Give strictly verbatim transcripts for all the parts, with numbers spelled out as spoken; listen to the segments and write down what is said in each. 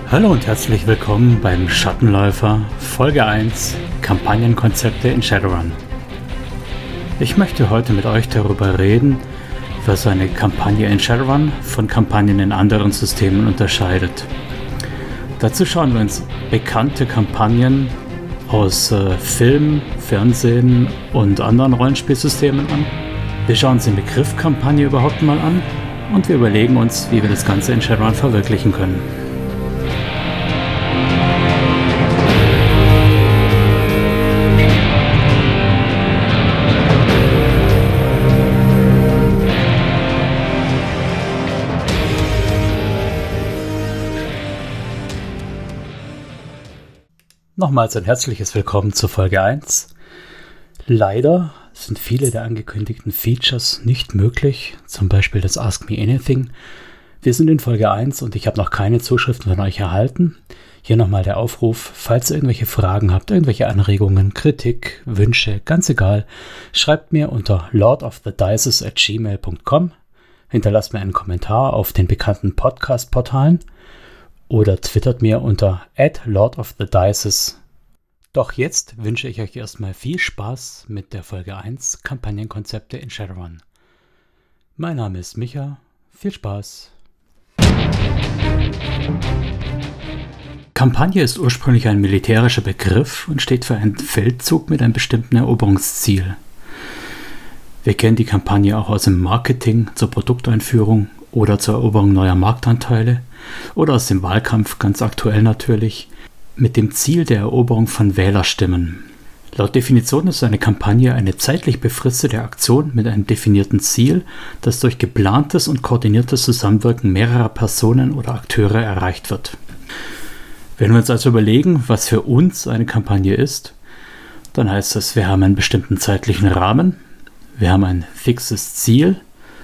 Hallo und herzlich willkommen beim Schattenläufer Folge eins Kampagnenkonzepte in Shadowrun. Ich möchte heute mit euch darüber reden, was eine Kampagne in Shadowrun von Kampagnen in anderen Systemen unterscheidet. Dazu schauen wir uns bekannte Kampagnen aus äh, Film, Fernsehen und anderen Rollenspielsystemen an. Wir schauen uns den Begriff Kampagne überhaupt mal an und wir überlegen uns, wie wir das Ganze in Shadowrun verwirklichen können. Nochmals ein herzliches Willkommen zur Folge eins. Leider sind viele der angekündigten Features nicht möglich, zum Beispiel das Ask Me Anything. Wir sind in Folge eins und ich habe noch keine Zuschriften von euch erhalten. Hier nochmal der Aufruf, falls ihr irgendwelche Fragen habt, irgendwelche Anregungen, Kritik, Wünsche, ganz egal, schreibt mir unter lord of the dices at gmail punkt com, hinterlasst mir einen Kommentar auf den bekannten Podcast-Portalen oder twittert mir unter at lord of the dices. Doch jetzt wünsche ich euch erstmal viel Spaß mit der Folge eins Kampagnenkonzepte in Shadowrun. Mein Name ist Micha, viel Spaß. Kampagne ist ursprünglich ein militärischer Begriff und steht für einen Feldzug mit einem bestimmten Eroberungsziel. Wir kennen die Kampagne auch aus dem Marketing zur Produkteinführung oder zur Eroberung neuer Marktanteile oder aus dem Wahlkampf, ganz aktuell natürlich, mit dem Ziel der Eroberung von Wählerstimmen. Laut Definition ist eine Kampagne eine zeitlich befristete Aktion mit einem definierten Ziel, das durch geplantes und koordiniertes Zusammenwirken mehrerer Personen oder Akteure erreicht wird. Wenn wir uns also überlegen, was für uns eine Kampagne ist, dann heißt das, wir haben einen bestimmten zeitlichen Rahmen, wir haben ein fixes Ziel,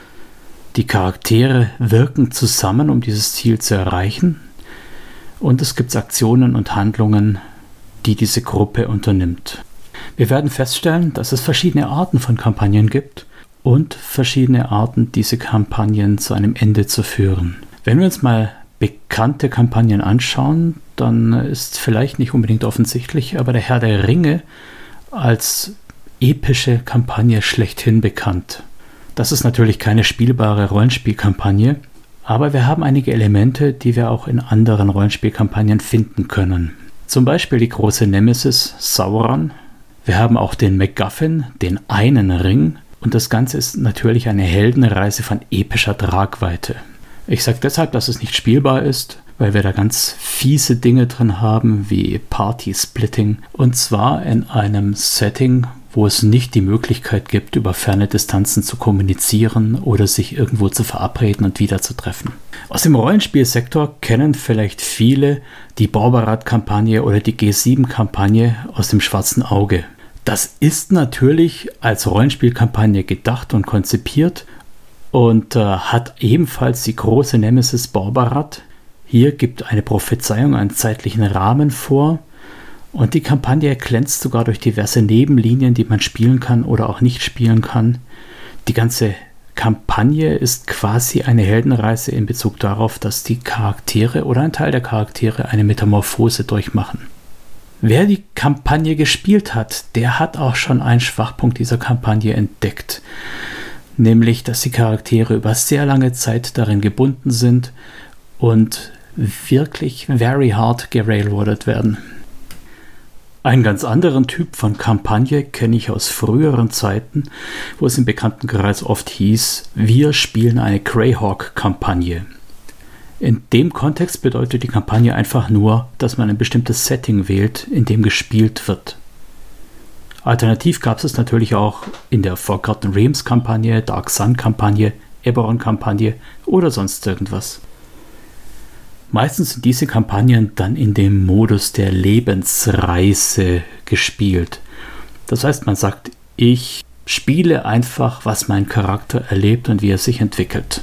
die Charaktere wirken zusammen, um dieses Ziel zu erreichen, und es gibt Aktionen und Handlungen, die diese Gruppe unternimmt. Wir werden feststellen, dass es verschiedene Arten von Kampagnen gibt und verschiedene Arten, diese Kampagnen zu einem Ende zu führen. Wenn wir uns mal bekannte Kampagnen anschauen, dann ist vielleicht nicht unbedingt offensichtlich, aber der Herr der Ringe als epische Kampagne schlechthin bekannt. Das ist natürlich keine spielbare Rollenspielkampagne, aber wir haben einige Elemente, die wir auch in anderen Rollenspielkampagnen finden können. Zum Beispiel die große Nemesis Sauron. Wir haben auch den MacGuffin, den einen Ring, und das Ganze ist natürlich eine Heldenreise von epischer Tragweite. Ich sage deshalb, dass es nicht spielbar ist, weil wir da ganz fiese Dinge drin haben, wie Party-Splitting, und zwar in einem Setting, wo es nicht die Möglichkeit gibt, über ferne Distanzen zu kommunizieren oder sich irgendwo zu verabreden und wieder zu treffen. Aus dem Rollenspielsektor kennen vielleicht viele die Borbarat-Kampagne oder die G sieben Kampagne aus dem Schwarzen Auge. Das ist natürlich als Rollenspielkampagne gedacht und konzipiert und äh, hat ebenfalls die große Nemesis Borbarat. Hier gibt eine Prophezeiung einen zeitlichen Rahmen vor. Und die Kampagne glänzt sogar durch diverse Nebenlinien, die man spielen kann oder auch nicht spielen kann. Die ganze Kampagne ist quasi eine Heldenreise in Bezug darauf, dass die Charaktere oder ein Teil der Charaktere eine Metamorphose durchmachen. Wer die Kampagne gespielt hat, der hat auch schon einen Schwachpunkt dieser Kampagne entdeckt. Nämlich, dass die Charaktere über sehr lange Zeit darin gebunden sind und wirklich very hard gerailroadet werden. Einen ganz anderen Typ von Kampagne kenne ich aus früheren Zeiten, wo es im Bekanntenkreis oft hieß, wir spielen eine Greyhawk-Kampagne. In dem Kontext bedeutet die Kampagne einfach nur, dass man ein bestimmtes Setting wählt, in dem gespielt wird. Alternativ gab es natürlich auch in der Forgotten Realms-Kampagne, Dark Sun-Kampagne, Eberron-Kampagne oder sonst irgendwas. Meistens sind diese Kampagnen dann in dem Modus der Lebensreise gespielt. Das heißt, man sagt, ich spiele einfach, was mein Charakter erlebt und wie er sich entwickelt.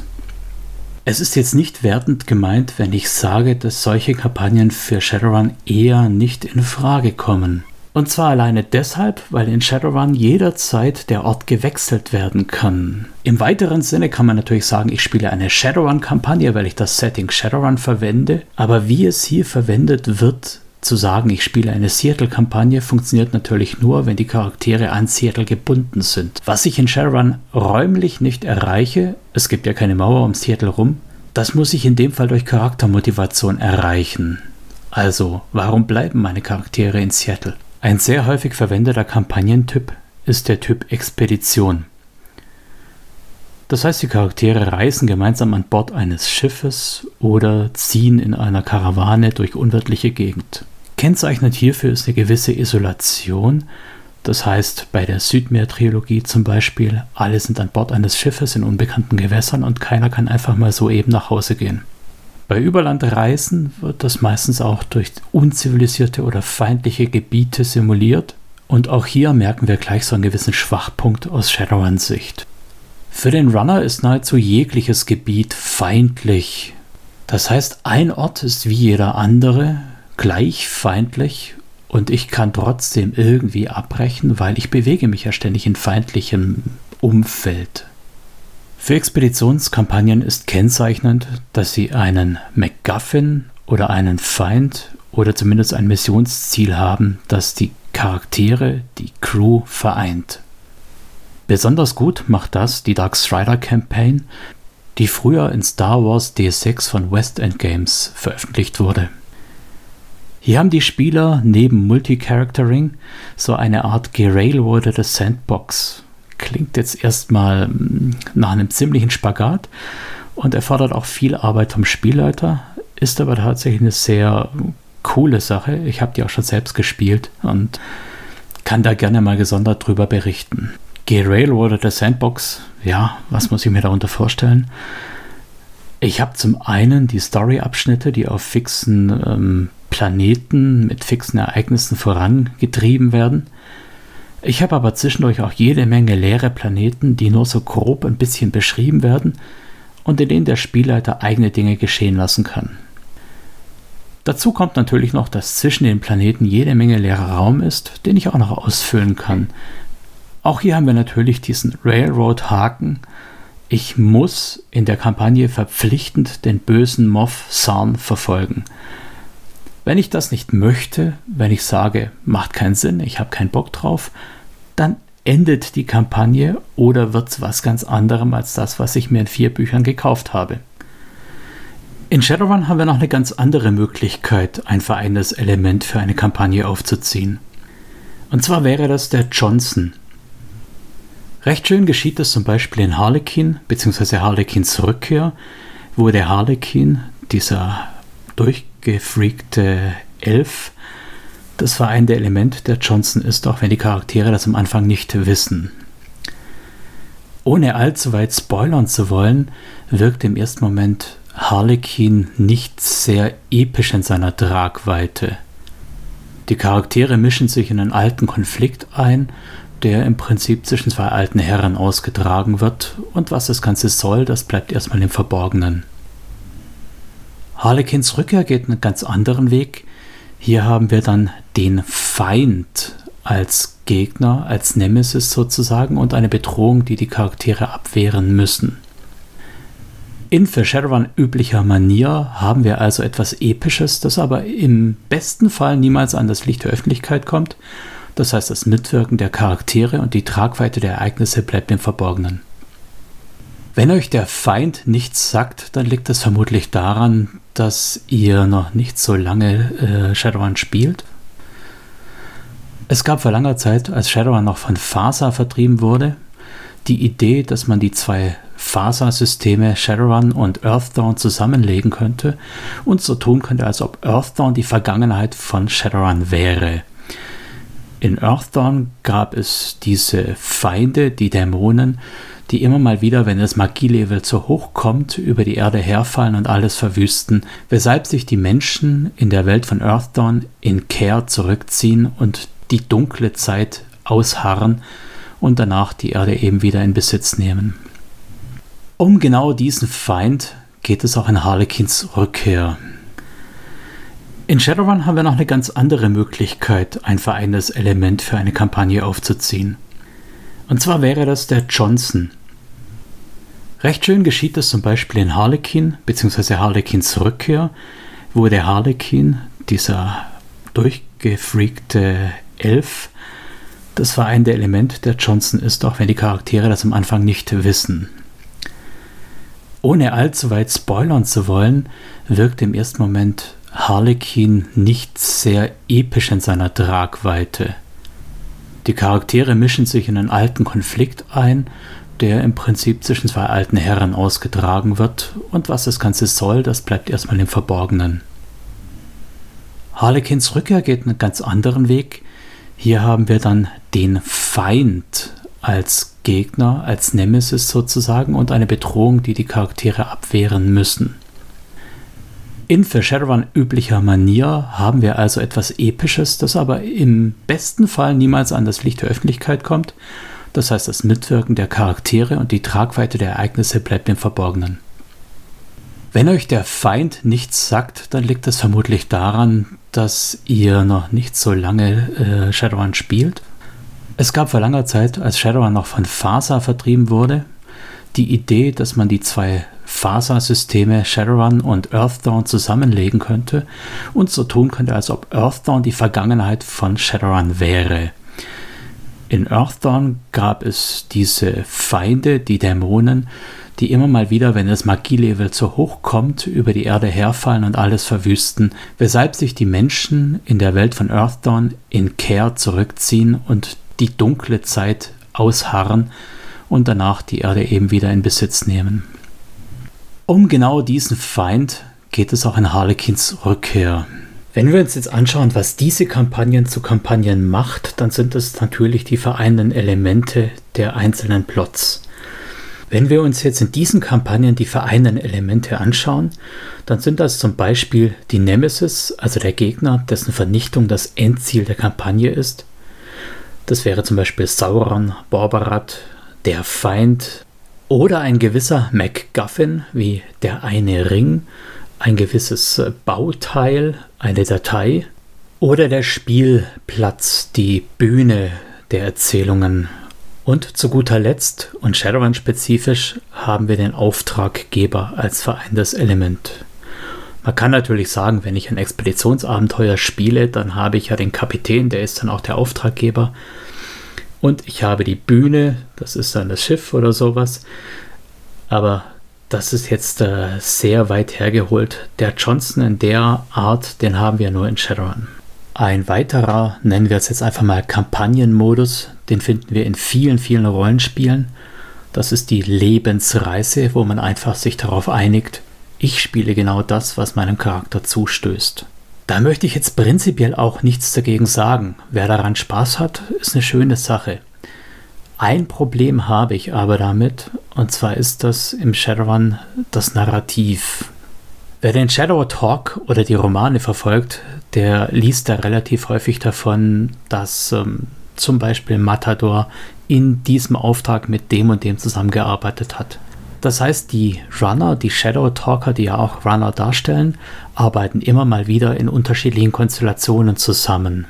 Es ist jetzt nicht wertend gemeint, wenn ich sage, dass solche Kampagnen für Shadowrun eher nicht in Frage kommen. Und zwar alleine deshalb, weil in Shadowrun jederzeit der Ort gewechselt werden kann. Im weiteren Sinne kann man natürlich sagen, ich spiele eine Shadowrun-Kampagne, weil ich das Setting Shadowrun verwende. Aber wie es hier verwendet wird, zu sagen, ich spiele eine Seattle-Kampagne, funktioniert natürlich nur, wenn die Charaktere an Seattle gebunden sind. Was ich in Shadowrun räumlich nicht erreiche, es gibt ja keine Mauer um Seattle rum, das muss ich in dem Fall durch Charaktermotivation erreichen. Also, warum bleiben meine Charaktere in Seattle? Ein sehr häufig verwendeter Kampagnentyp ist der Typ Expedition. Das heißt, die Charaktere reisen gemeinsam an Bord eines Schiffes oder ziehen in einer Karawane durch unwirtliche Gegend. Kennzeichnend hierfür ist eine gewisse Isolation. Das heißt, bei der Südmeer-Trilogie zum Beispiel, alle sind an Bord eines Schiffes in unbekannten Gewässern und keiner kann einfach mal so eben nach Hause gehen. Bei Überlandreisen wird das meistens auch durch unzivilisierte oder feindliche Gebiete simuliert. Und auch hier merken wir gleich so einen gewissen Schwachpunkt aus Shadowrun-Sicht. Für den Runner ist nahezu jegliches Gebiet feindlich. Das heißt, ein Ort ist wie jeder andere gleich feindlich und ich kann trotzdem irgendwie abbrechen, weil ich bewege mich ja ständig in feindlichem Umfeld. Für Expeditionskampagnen ist kennzeichnend, dass sie einen MacGuffin oder einen Feind oder zumindest ein Missionsziel haben, das die Charaktere, die Crew vereint. Besonders gut macht das die Dark Strider Campaign, die früher in Star Wars D sechs von West End Games veröffentlicht wurde. Hier haben die Spieler neben Multicharactering so eine Art gerailroadete Sandbox. Klingt jetzt erstmal nach einem ziemlichen Spagat und erfordert auch viel Arbeit vom Spielleiter, ist aber tatsächlich eine sehr coole Sache. Ich habe die auch schon selbst gespielt und kann da gerne mal gesondert drüber berichten. Gerailroadete Sandbox, ja, was muss ich mir darunter vorstellen? Ich habe zum einen die Story-Abschnitte, die auf fixen ähm, Planeten mit fixen Ereignissen vorangetrieben werden. Ich habe aber zwischendurch auch jede Menge leere Planeten, die nur so grob ein bisschen beschrieben werden und in denen der Spielleiter eigene Dinge geschehen lassen kann. Dazu kommt natürlich noch, dass zwischen den Planeten jede Menge leerer Raum ist, den ich auch noch ausfüllen kann. Auch hier haben wir natürlich diesen Railroad-Haken. Ich muss in der Kampagne verpflichtend den bösen Moff Sarn verfolgen. Wenn ich das nicht möchte, wenn ich sage, macht keinen Sinn, ich habe keinen Bock drauf, dann endet die Kampagne oder wird es was ganz anderem als das, was ich mir in vier Büchern gekauft habe. In Shadowrun haben wir noch eine ganz andere Möglichkeit, ein vereinendes Element für eine Kampagne aufzuziehen. Und zwar wäre das der Johnson. Recht schön geschieht das zum Beispiel in Harlequin, bzw. Harlequins Rückkehr, wo der Harlequin, dieser durchgefreakte Elf, das vereinende Element der Johnson ist, auch wenn die Charaktere das am Anfang nicht wissen. Ohne allzu weit spoilern zu wollen, wirkt im ersten Moment Harlequin nicht sehr episch in seiner Tragweite. Die Charaktere mischen sich in einen alten Konflikt ein, der im Prinzip zwischen zwei alten Herren ausgetragen wird, und was das Ganze soll, das bleibt erstmal im Verborgenen. Harlequins Rückkehr geht einen ganz anderen Weg. Hier haben wir dann den Feind als Gegner, als Nemesis sozusagen und eine Bedrohung, die die Charaktere abwehren müssen. In für Shadowrun üblicher Manier haben wir also etwas Episches, das aber im besten Fall niemals an das Licht der Öffentlichkeit kommt. Das heißt, das Mitwirken der Charaktere und die Tragweite der Ereignisse bleibt im Verborgenen. Wenn euch der Feind nichts sagt, dann liegt das vermutlich daran, dass ihr noch nicht so lange äh, Shadowrun spielt. Es gab vor langer Zeit, als Shadowrun noch von Fasa vertrieben wurde, die Idee, dass man die zwei Fasa-Systeme Shadowrun und Earthdawn zusammenlegen könnte und so tun könnte, als ob Earthdawn die Vergangenheit von Shadowrun wäre. In Earthdawn gab es diese Feinde, die Dämonen, die immer mal wieder, wenn das Magielevel zu hoch kommt, über die Erde herfallen und alles verwüsten, weshalb sich die Menschen in der Welt von Earthdawn in Care zurückziehen und die dunkle Zeit ausharren und danach die Erde eben wieder in Besitz nehmen. Um genau diesen Feind geht es auch in Harlequins Rückkehr. In Shadowrun haben wir noch eine ganz andere Möglichkeit, ein vereinendes Element für eine Kampagne aufzuziehen. Und zwar wäre das der Johnson. Recht schön geschieht das zum Beispiel in Harlequin, beziehungsweise Harlequins Rückkehr, wo der Harlequin, dieser durchgefreakte Elf, das vereinende Element der Johnson ist, auch wenn die Charaktere das am Anfang nicht wissen. Ohne allzu weit spoilern zu wollen, wirkt im ersten Moment Harlequin nicht sehr episch in seiner Tragweite. Die Charaktere mischen sich in einen alten Konflikt ein, der im Prinzip zwischen zwei alten Herren ausgetragen wird, und was das Ganze soll, das bleibt erstmal im Verborgenen. Harlequins Rückkehr geht einen ganz anderen Weg. Hier haben wir dann den Feind als Gegner, als Nemesis sozusagen, und eine Bedrohung, die die Charaktere abwehren müssen. In für Shadowrun üblicher Manier haben wir also etwas Episches, das aber im besten Fall niemals an das Licht der Öffentlichkeit kommt. Das heißt, das Mitwirken der Charaktere und die Tragweite der Ereignisse bleibt im Verborgenen. Wenn euch der Feind nichts sagt, dann liegt das vermutlich daran, dass ihr noch nicht so lange äh, Shadowrun spielt. Es gab vor langer Zeit, als Shadowrun noch von Fasa vertrieben wurde, die Idee, dass man die zwei Fasa-Systeme Shadowrun und Earthdawn zusammenlegen könnte und so tun könnte, als ob Earthdawn die Vergangenheit von Shadowrun wäre. In Earthdawn gab es diese Feinde, die Dämonen, die immer mal wieder, wenn das Magielevel zu hoch kommt, über die Erde herfallen und alles verwüsten, weshalb sich die Menschen in der Welt von Earthdawn in Care zurückziehen und die dunkle Zeit ausharren und danach die Erde eben wieder in Besitz nehmen. Um genau diesen Feind geht es auch in Harlequins Rückkehr. Wenn wir uns jetzt anschauen, was diese Kampagnen zu Kampagnen macht, dann sind es natürlich die vereinenden Elemente der einzelnen Plots. Wenn wir uns jetzt in diesen Kampagnen die vereinenden Elemente anschauen, dann sind das zum Beispiel die Nemesis, also der Gegner, dessen Vernichtung das Endziel der Kampagne ist. Das wäre zum Beispiel Sauron, Borbarat, der Feind oder ein gewisser MacGuffin wie der eine Ring, ein gewisses Bauteil, eine Datei oder der Spielplatz, die Bühne der Erzählungen. Und zu guter Letzt und Shadowrun-spezifisch haben wir den Auftraggeber als vereinendes Element. Man kann natürlich sagen, wenn ich ein Expeditionsabenteuer spiele, dann habe ich ja den Kapitän, der ist dann auch der Auftraggeber. Und ich habe die Bühne, das ist dann das Schiff oder sowas. Aber das ist jetzt äh, sehr weit hergeholt. Der Johnson in der Art, den haben wir nur in Shadowrun. Ein weiterer, nennen wir es jetzt einfach mal Kampagnenmodus, den finden wir in vielen, vielen Rollenspielen. Das ist die Lebensreise, wo man einfach sich darauf einigt, ich spiele genau das, was meinem Charakter zustößt. Da möchte ich jetzt prinzipiell auch nichts dagegen sagen. Wer daran Spaß hat, ist eine schöne Sache. Ein Problem habe ich aber damit, und zwar ist das im Shadowrun das Narrativ. Wer den Shadow Talk oder die Romane verfolgt, der liest da relativ häufig davon, dass ähm, zum Beispiel Matador in diesem Auftrag mit dem und dem zusammengearbeitet hat. Das heißt, die Runner, die Shadow Talker, die ja auch Runner darstellen, arbeiten immer mal wieder in unterschiedlichen Konstellationen zusammen.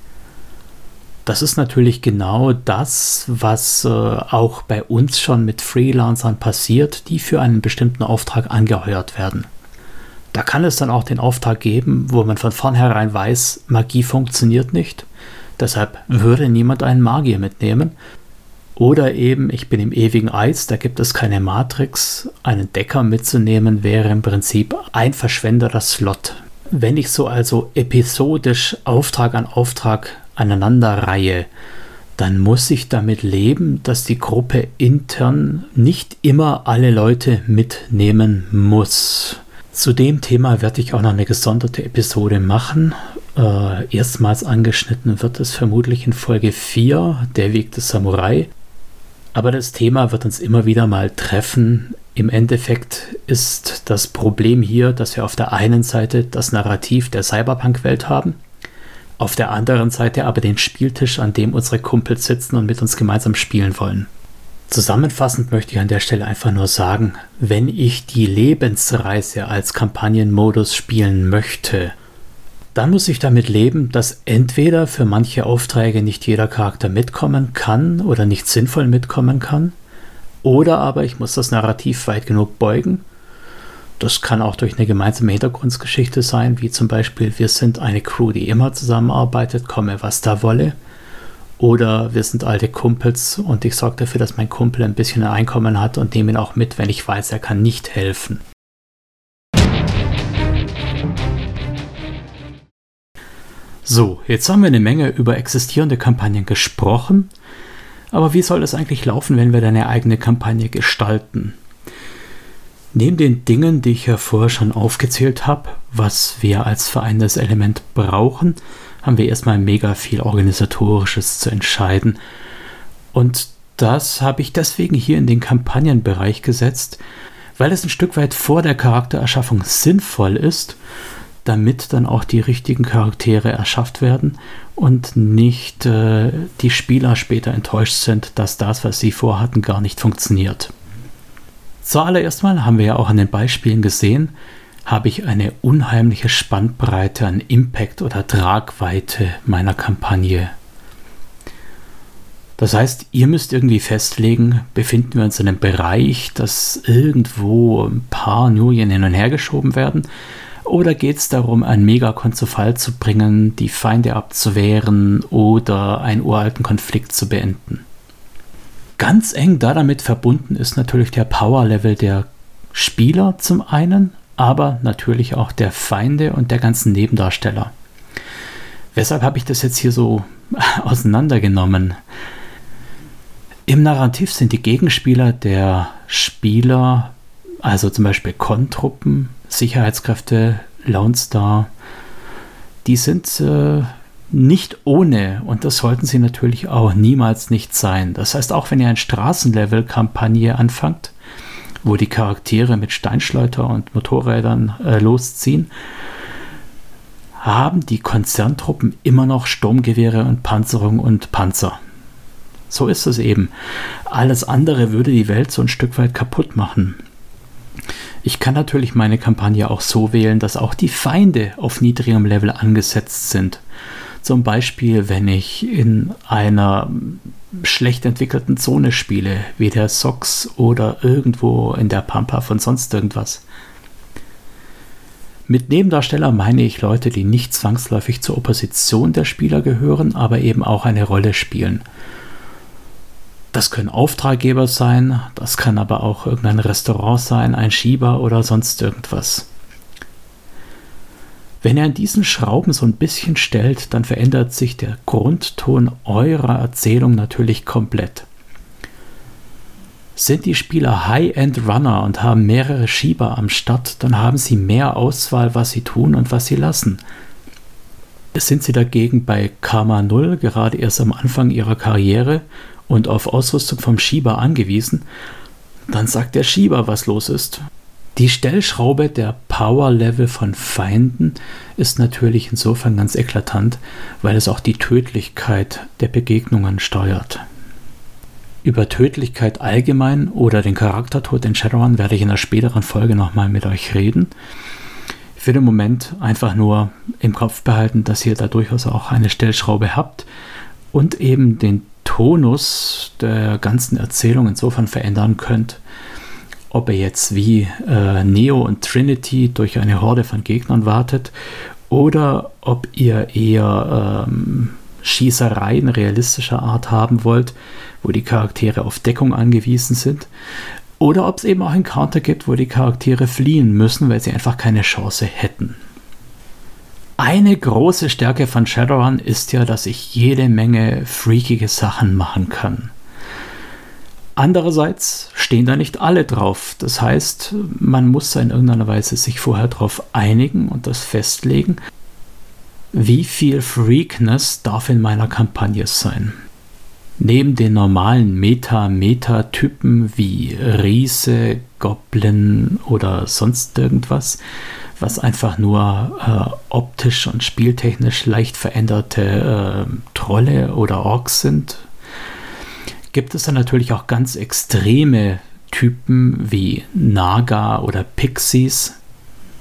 Das ist natürlich genau das, was äh, auch bei uns schon mit Freelancern passiert, die für einen bestimmten Auftrag angeheuert werden. Da kann es dann auch den Auftrag geben, wo man von vornherein weiß, Magie funktioniert nicht, deshalb würde niemand einen Magier mitnehmen. Oder eben, ich bin im ewigen Eis, da gibt es keine Matrix. Einen Decker mitzunehmen wäre im Prinzip ein verschwendeter Slot. Wenn ich so also episodisch Auftrag an Auftrag aneinanderreihe, dann muss ich damit leben, dass die Gruppe intern nicht immer alle Leute mitnehmen muss. Zu dem Thema werde ich auch noch eine gesonderte Episode machen. Äh, erstmals angeschnitten wird es vermutlich in Folge vier, der Weg des Samurai. Aber das Thema wird uns immer wieder mal treffen. Im Endeffekt ist das Problem hier, dass wir auf der einen Seite das Narrativ der Cyberpunk-Welt haben, auf der anderen Seite aber den Spieltisch, an dem unsere Kumpels sitzen und mit uns gemeinsam spielen wollen. Zusammenfassend möchte ich an der Stelle einfach nur sagen, wenn ich die Lebensreise als Kampagnenmodus spielen möchte, Dann muss ich damit leben, dass entweder für manche Aufträge nicht jeder Charakter mitkommen kann oder nicht sinnvoll mitkommen kann, oder aber ich muss das Narrativ weit genug beugen. Das kann auch durch eine gemeinsame Hintergrundgeschichte sein, wie zum Beispiel, wir sind eine Crew, die immer zusammenarbeitet, komme was da wolle. Oder wir sind alte Kumpels und ich sorge dafür, dass mein Kumpel ein bisschen ein Einkommen hat und nehme ihn auch mit, wenn ich weiß, er kann nicht helfen. So, jetzt haben wir eine Menge über existierende Kampagnen gesprochen, aber wie soll das eigentlich laufen, wenn wir eine eigene Kampagne gestalten? Neben den Dingen, die ich ja vorher schon aufgezählt habe, was wir als vereinendes Element brauchen, haben wir erstmal mega viel Organisatorisches zu entscheiden. Und das habe ich deswegen hier in den Kampagnenbereich gesetzt, weil es ein Stück weit vor der Charaktererschaffung sinnvoll ist, damit dann auch die richtigen Charaktere erschafft werden und nicht äh, die Spieler später enttäuscht sind, dass das, was sie vorhatten, gar nicht funktioniert. Zuallererst mal haben wir ja auch an den Beispielen gesehen, habe ich eine unheimliche Spannbreite an Impact oder Tragweite meiner Kampagne. Das heißt, ihr müsst irgendwie festlegen, befinden wir uns in einem Bereich, dass irgendwo ein paar Nurien hin und her geschoben werden, oder geht es darum, einen Megakon zu Fall zu bringen, die Feinde abzuwehren oder einen uralten Konflikt zu beenden? Ganz eng da damit verbunden ist natürlich der Power-Level der Spieler zum einen, aber natürlich auch der Feinde und der ganzen Nebendarsteller. Weshalb habe ich das jetzt hier so auseinandergenommen? Im Narrativ sind die Gegenspieler der Spieler, also zum Beispiel Con-Truppen, Sicherheitskräfte, Lone Star, die sind äh, nicht ohne, und das sollten sie natürlich auch niemals nicht sein. Das heißt, auch wenn ihr eine Straßenlevel-Kampagne anfangt, wo die Charaktere mit Steinschleuder und Motorrädern äh, losziehen, haben die Konzerntruppen immer noch Sturmgewehre und Panzerung und Panzer. So ist es eben. Alles andere würde die Welt so ein Stück weit kaputt machen. Ich kann natürlich meine Kampagne auch so wählen, dass auch die Feinde auf niedrigem Level angesetzt sind. Zum Beispiel, wenn ich in einer schlecht entwickelten Zone spiele, wie der Sox oder irgendwo in der Pampa von sonst irgendwas. Mit Nebendarsteller meine ich Leute, die nicht zwangsläufig zur Opposition der Spieler gehören, aber eben auch eine Rolle spielen. Das können Auftraggeber sein, das kann aber auch irgendein Restaurant sein, ein Schieber oder sonst irgendwas. Wenn ihr an diesen Schrauben so ein bisschen stellt, dann verändert sich der Grundton eurer Erzählung natürlich komplett. Sind die Spieler High-End-Runner und haben mehrere Schieber am Start, dann haben sie mehr Auswahl, was sie tun und was sie lassen. Sind sie dagegen bei Karma null, gerade erst am Anfang ihrer Karriere und auf Ausrüstung vom Schieber angewiesen, dann sagt der Schieber, was los ist. Die Stellschraube der Power-Level von Feinden ist natürlich insofern ganz eklatant, weil es auch die Tödlichkeit der Begegnungen steuert. Über Tödlichkeit allgemein oder den Charaktertod in Shadowrun werde ich in einer späteren Folge nochmal mit euch reden. Für den Moment einfach nur im Kopf behalten, dass ihr da durchaus auch eine Stellschraube habt und eben den Tonus der ganzen Erzählung insofern verändern könnt, ob ihr jetzt wie äh, Neo und Trinity durch eine Horde von Gegnern wartet oder ob ihr eher ähm, Schießereien realistischer Art haben wollt, wo die Charaktere auf Deckung angewiesen sind, oder ob es eben auch Encounter gibt, wo die Charaktere fliehen müssen, weil sie einfach keine Chance hätten. Eine große Stärke von Shadowrun ist ja, dass ich jede Menge freakige Sachen machen kann. Andererseits stehen da nicht alle drauf. Das heißt, man muss in irgendeiner Weise sich vorher darauf einigen und das festlegen, wie viel Freakness darf in meiner Kampagne sein. Neben den normalen Meta-Meta-Typen wie Riese, Goblin oder sonst irgendwas, was einfach nur äh, optisch und spieltechnisch leicht veränderte äh, Trolle oder Orks sind, gibt es dann natürlich auch ganz extreme Typen wie Naga oder Pixies.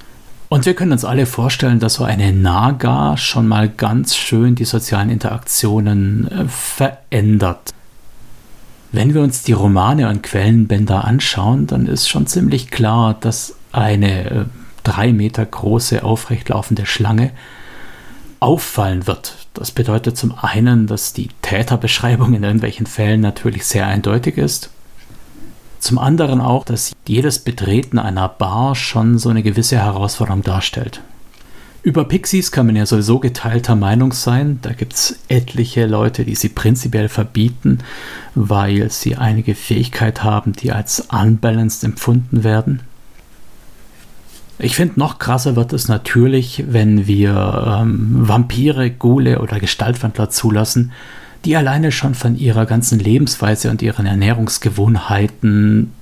Und wir können uns alle vorstellen, dass so eine Naga schon mal ganz schön die sozialen Interaktionen äh, verändert. Wenn wir uns die Romane und Quellenbänder anschauen, dann ist schon ziemlich klar, dass eine äh, drei Meter große, aufrecht laufende Schlange auffallen wird. Das bedeutet zum einen, dass die Täterbeschreibung in irgendwelchen Fällen natürlich sehr eindeutig ist. Zum anderen auch, dass jedes Betreten einer Bar schon so eine gewisse Herausforderung darstellt. Über Pixies kann man ja sowieso geteilter Meinung sein. Da gibt es etliche Leute, die sie prinzipiell verbieten, weil sie einige Fähigkeit haben, die als unbalanced empfunden werden. Ich finde, noch krasser wird es natürlich, wenn wir ähm, Vampire, Ghule oder Gestaltwandler zulassen, die alleine schon von ihrer ganzen Lebensweise und ihren Ernährungsgewohnheiten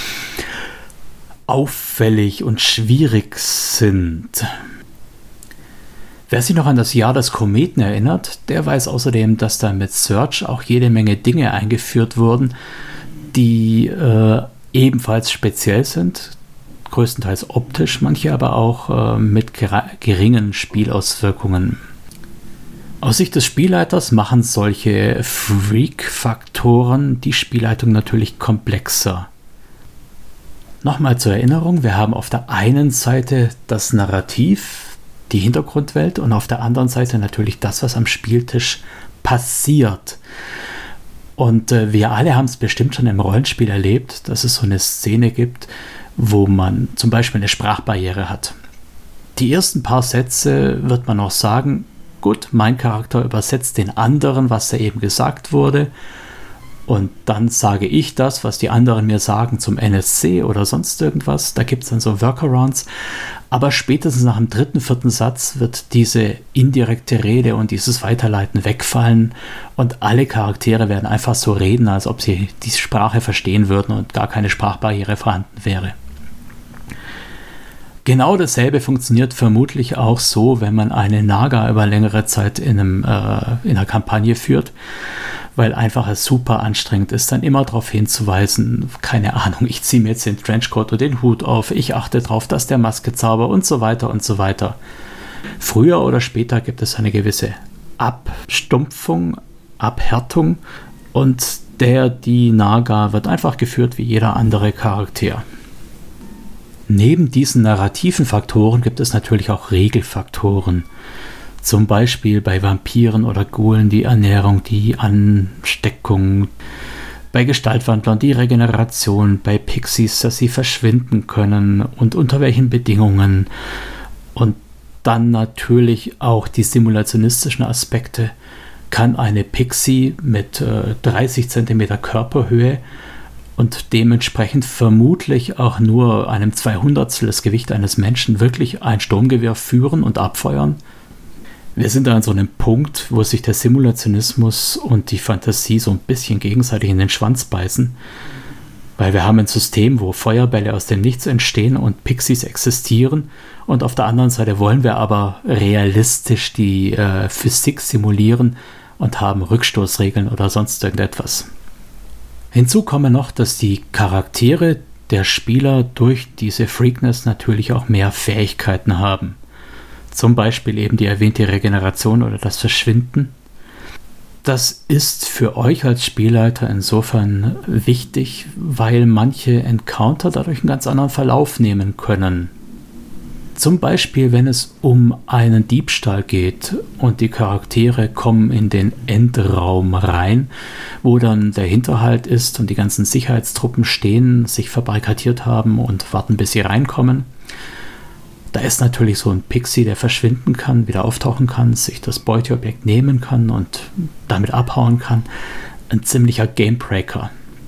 auffällig und schwierig sind. Wer sich noch an das Jahr des Kometen erinnert, der weiß außerdem, dass da mit Search auch jede Menge Dinge eingeführt wurden, die äh, ebenfalls speziell sind, größtenteils optisch, manche aber auch äh, mit ger- geringen Spielauswirkungen. Aus Sicht des Spielleiters machen solche Freak-Faktoren die Spielleitung natürlich komplexer. Nochmal zur Erinnerung, wir haben auf der einen Seite das Narrativ, die Hintergrundwelt und auf der anderen Seite natürlich das, was am Spieltisch passiert. Und äh, wir alle haben es bestimmt schon im Rollenspiel erlebt, dass es so eine Szene gibt, wo man zum Beispiel eine Sprachbarriere hat. Die ersten paar Sätze wird man noch sagen, gut, mein Charakter übersetzt den anderen, was da eben gesagt wurde, und dann sage ich das, was die anderen mir sagen, zum N S C oder sonst irgendwas. Da gibt es dann so Workarounds, aber spätestens nach dem dritten, vierten Satz wird diese indirekte Rede und dieses Weiterleiten wegfallen und alle Charaktere werden einfach so reden, als ob sie die Sprache verstehen würden und gar keine Sprachbarriere vorhanden wäre. Genau dasselbe funktioniert vermutlich auch so, wenn man eine Naga über längere Zeit in, einem, äh, in einer Kampagne führt, weil einfach es super anstrengend ist, dann immer darauf hinzuweisen, keine Ahnung, ich ziehe mir jetzt den Trenchcoat oder den Hut auf, ich achte darauf, dass der Maske zauber und so weiter und so weiter. Früher oder später gibt es eine gewisse Abstumpfung, Abhärtung und der, die Naga wird einfach geführt wie jeder andere Charakter. Neben diesen narrativen Faktoren gibt es natürlich auch Regelfaktoren. Zum Beispiel bei Vampiren oder Ghoulen die Ernährung, die Ansteckung, bei Gestaltwandlern die Regeneration, bei Pixies, dass sie verschwinden können und unter welchen Bedingungen. Und dann natürlich auch die simulationistischen Aspekte. Kann eine Pixie mit äh, dreißig Zentimeter Körperhöhe und dementsprechend vermutlich auch nur einem Zweihundertstel das Gewicht eines Menschen wirklich ein Sturmgewehr führen und abfeuern? Wir sind da an so einem Punkt, wo sich der Simulationismus und die Fantasie so ein bisschen gegenseitig in den Schwanz beißen, weil wir haben ein System, wo Feuerbälle aus dem Nichts entstehen und Pixies existieren, und auf der anderen Seite wollen wir aber realistisch die äh, Physik simulieren und haben Rückstoßregeln oder sonst irgendetwas. Hinzu kommt noch, dass die Charaktere der Spieler durch diese Freakness natürlich auch mehr Fähigkeiten haben. Zum Beispiel eben die erwähnte Regeneration oder das Verschwinden. Das ist für euch als Spielleiter insofern wichtig, weil manche Encounter dadurch einen ganz anderen Verlauf nehmen können. Zum Beispiel, wenn es um einen Diebstahl geht und die Charaktere kommen in den Endraum rein, wo dann der Hinterhalt ist und die ganzen Sicherheitstruppen stehen, sich verbarrikadiert haben und warten, bis sie reinkommen. Da ist natürlich so ein Pixie, der verschwinden kann, wieder auftauchen kann, sich das Beuteobjekt nehmen kann und damit abhauen kann. Ein ziemlicher Gamebreaker.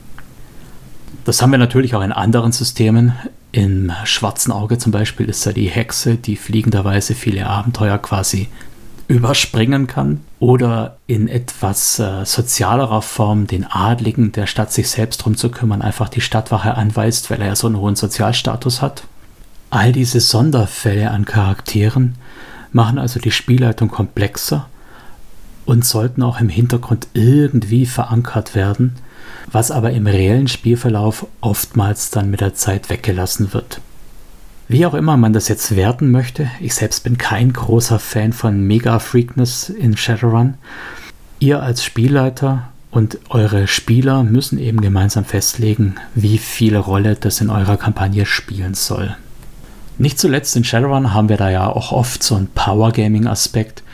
Das haben wir natürlich auch in anderen Systemen. Im Schwarzen Auge zum Beispiel ist da die Hexe, die fliegenderweise viele Abenteuer quasi überspringen kann. Oder in etwas äh, sozialerer Form den Adligen, der statt sich selbst drum zu kümmern, einfach die Stadtwache anweist, weil er ja so einen hohen Sozialstatus hat. All diese Sonderfälle an Charakteren machen also die Spielleitung komplexer und sollten auch im Hintergrund irgendwie verankert werden, was aber im reellen Spielverlauf oftmals dann mit der Zeit weggelassen wird. Wie auch immer man das jetzt werten möchte, ich selbst bin kein großer Fan von Mega-Freakness in Shadowrun. Ihr als Spielleiter und eure Spieler müssen eben gemeinsam festlegen, wie viel Rolle das in eurer Kampagne spielen soll. Nicht zuletzt in Shadowrun haben wir da ja auch oft so einen Power-Gaming-Aspekt,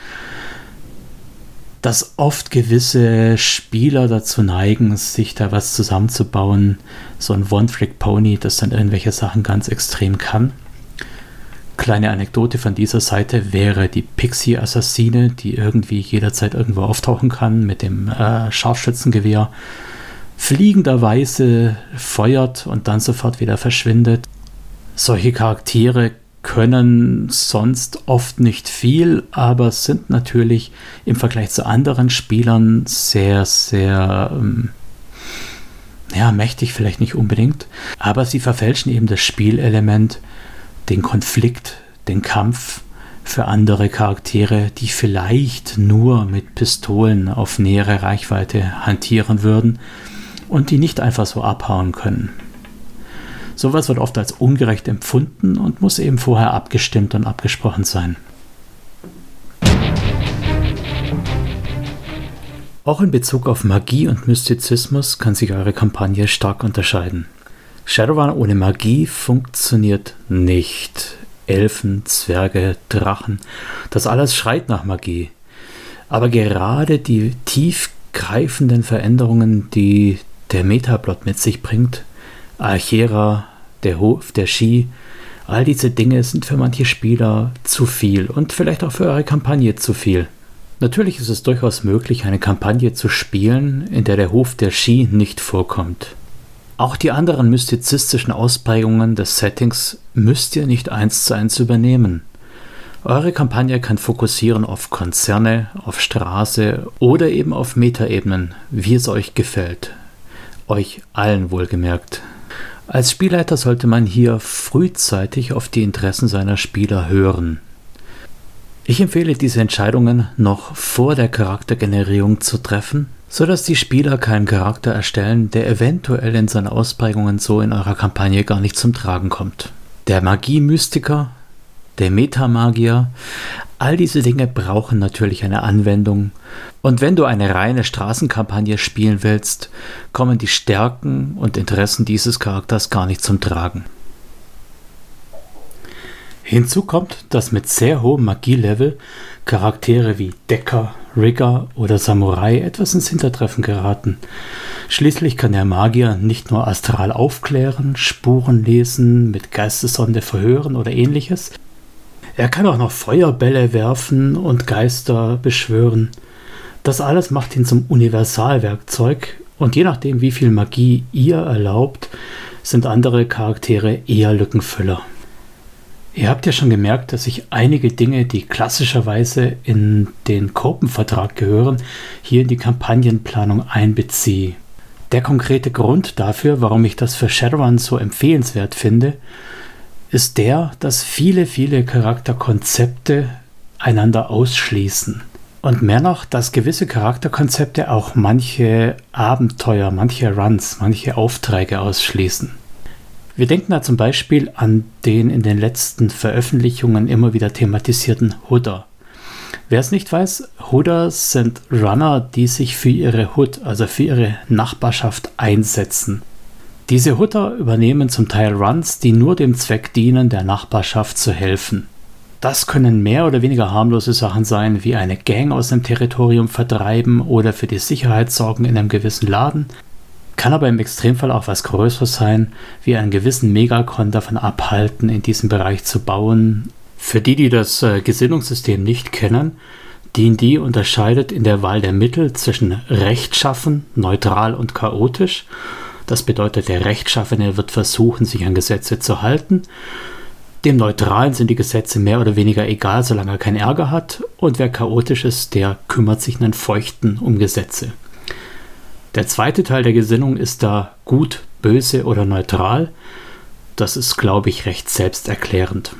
dass oft gewisse Spieler dazu neigen, sich da was zusammenzubauen. So ein One-Trick-Pony, das dann irgendwelche Sachen ganz extrem kann. Kleine Anekdote von dieser Seite wäre die Pixie-Assassine, die irgendwie jederzeit irgendwo auftauchen kann mit dem äh, Scharfschützengewehr, fliegenderweise feuert und dann sofort wieder verschwindet. Solche Charaktere können sonst oft nicht viel, aber sind natürlich im Vergleich zu anderen Spielern sehr, sehr ähm, ja, mächtig vielleicht nicht unbedingt, aber sie verfälschen eben das Spielelement, den Konflikt, den Kampf für andere Charaktere, die vielleicht nur mit Pistolen auf nähere Reichweite hantieren würden und die nicht einfach so abhauen können. Sowas wird oft als ungerecht empfunden und muss eben vorher abgestimmt und abgesprochen sein. Auch in Bezug auf Magie und Mystizismus kann sich eure Kampagne stark unterscheiden. Shadowrun ohne Magie funktioniert nicht. Elfen, Zwerge, Drachen, das alles schreit nach Magie. Aber gerade die tiefgreifenden Veränderungen, die der Metaplot mit sich bringt, Archera, der Hof, der Ski, all diese Dinge sind für manche Spieler zu viel und vielleicht auch für eure Kampagne zu viel. Natürlich ist es durchaus möglich, eine Kampagne zu spielen, in der der Hof der Ski nicht vorkommt. Auch die anderen mystizistischen Ausprägungen des Settings müsst ihr nicht eins zu eins übernehmen. Eure Kampagne kann fokussieren auf Konzerne, auf Straße oder eben auf Metaebenen, wie es euch gefällt. Euch allen wohlgemerkt. Als Spielleiter sollte man hier frühzeitig auf die Interessen seiner Spieler hören. Ich empfehle diese Entscheidungen noch vor der Charaktergenerierung zu treffen, sodass die Spieler keinen Charakter erstellen, der eventuell in seinen Ausprägungen so in eurer Kampagne gar nicht zum Tragen kommt. Der Magie-Mystiker, der Metamagier, all diese Dinge brauchen natürlich eine Anwendung. Und wenn du eine reine Straßenkampagne spielen willst, kommen die Stärken und Interessen dieses Charakters gar nicht zum Tragen. Hinzu kommt, dass mit sehr hohem Magielevel Charaktere wie Decker, Rigger oder Samurai etwas ins Hintertreffen geraten. Schließlich kann der Magier nicht nur astral aufklären, Spuren lesen, mit Geistessonde verhören oder ähnliches. Er kann auch noch Feuerbälle werfen und Geister beschwören. Das alles macht ihn zum Universalwerkzeug und je nachdem, wie viel Magie ihr erlaubt, sind andere Charaktere eher Lückenfüller. Ihr habt ja schon gemerkt, dass ich einige Dinge, die klassischerweise in den Kopenvertrag gehören, hier in die Kampagnenplanung einbeziehe. Der konkrete Grund dafür, warum ich das für Shadowrun so empfehlenswert finde, ist der, dass viele, viele Charakterkonzepte einander ausschließen. Und mehr noch, dass gewisse Charakterkonzepte auch manche Abenteuer, manche Runs, manche Aufträge ausschließen. Wir denken da zum Beispiel an den in den letzten Veröffentlichungen immer wieder thematisierten Hooder. Wer es nicht weiß, Hooder sind Runner, die sich für ihre Hood, also für ihre Nachbarschaft einsetzen. Diese Hooder übernehmen zum Teil Runs, die nur dem Zweck dienen, der Nachbarschaft zu helfen. Das können mehr oder weniger harmlose Sachen sein, wie eine Gang aus einem Territorium vertreiben oder für die Sicherheit sorgen in einem gewissen Laden. Kann aber im Extremfall auch was Größeres sein, wie einen gewissen Megacon davon abhalten, in diesem Bereich zu bauen. Für die, die das äh, Gesinnungssystem nicht kennen, D und D unterscheidet in der Wahl der Mittel zwischen rechtschaffen, neutral und chaotisch. Das bedeutet, der Rechtschaffene wird versuchen, sich an Gesetze zu halten. Dem Neutralen sind die Gesetze mehr oder weniger egal, solange er keinen Ärger hat. Und wer chaotisch ist, der kümmert sich einen Feuchten um Gesetze. Der zweite Teil der Gesinnung ist da gut, böse oder neutral. Das ist, glaube ich, recht selbsterklärend.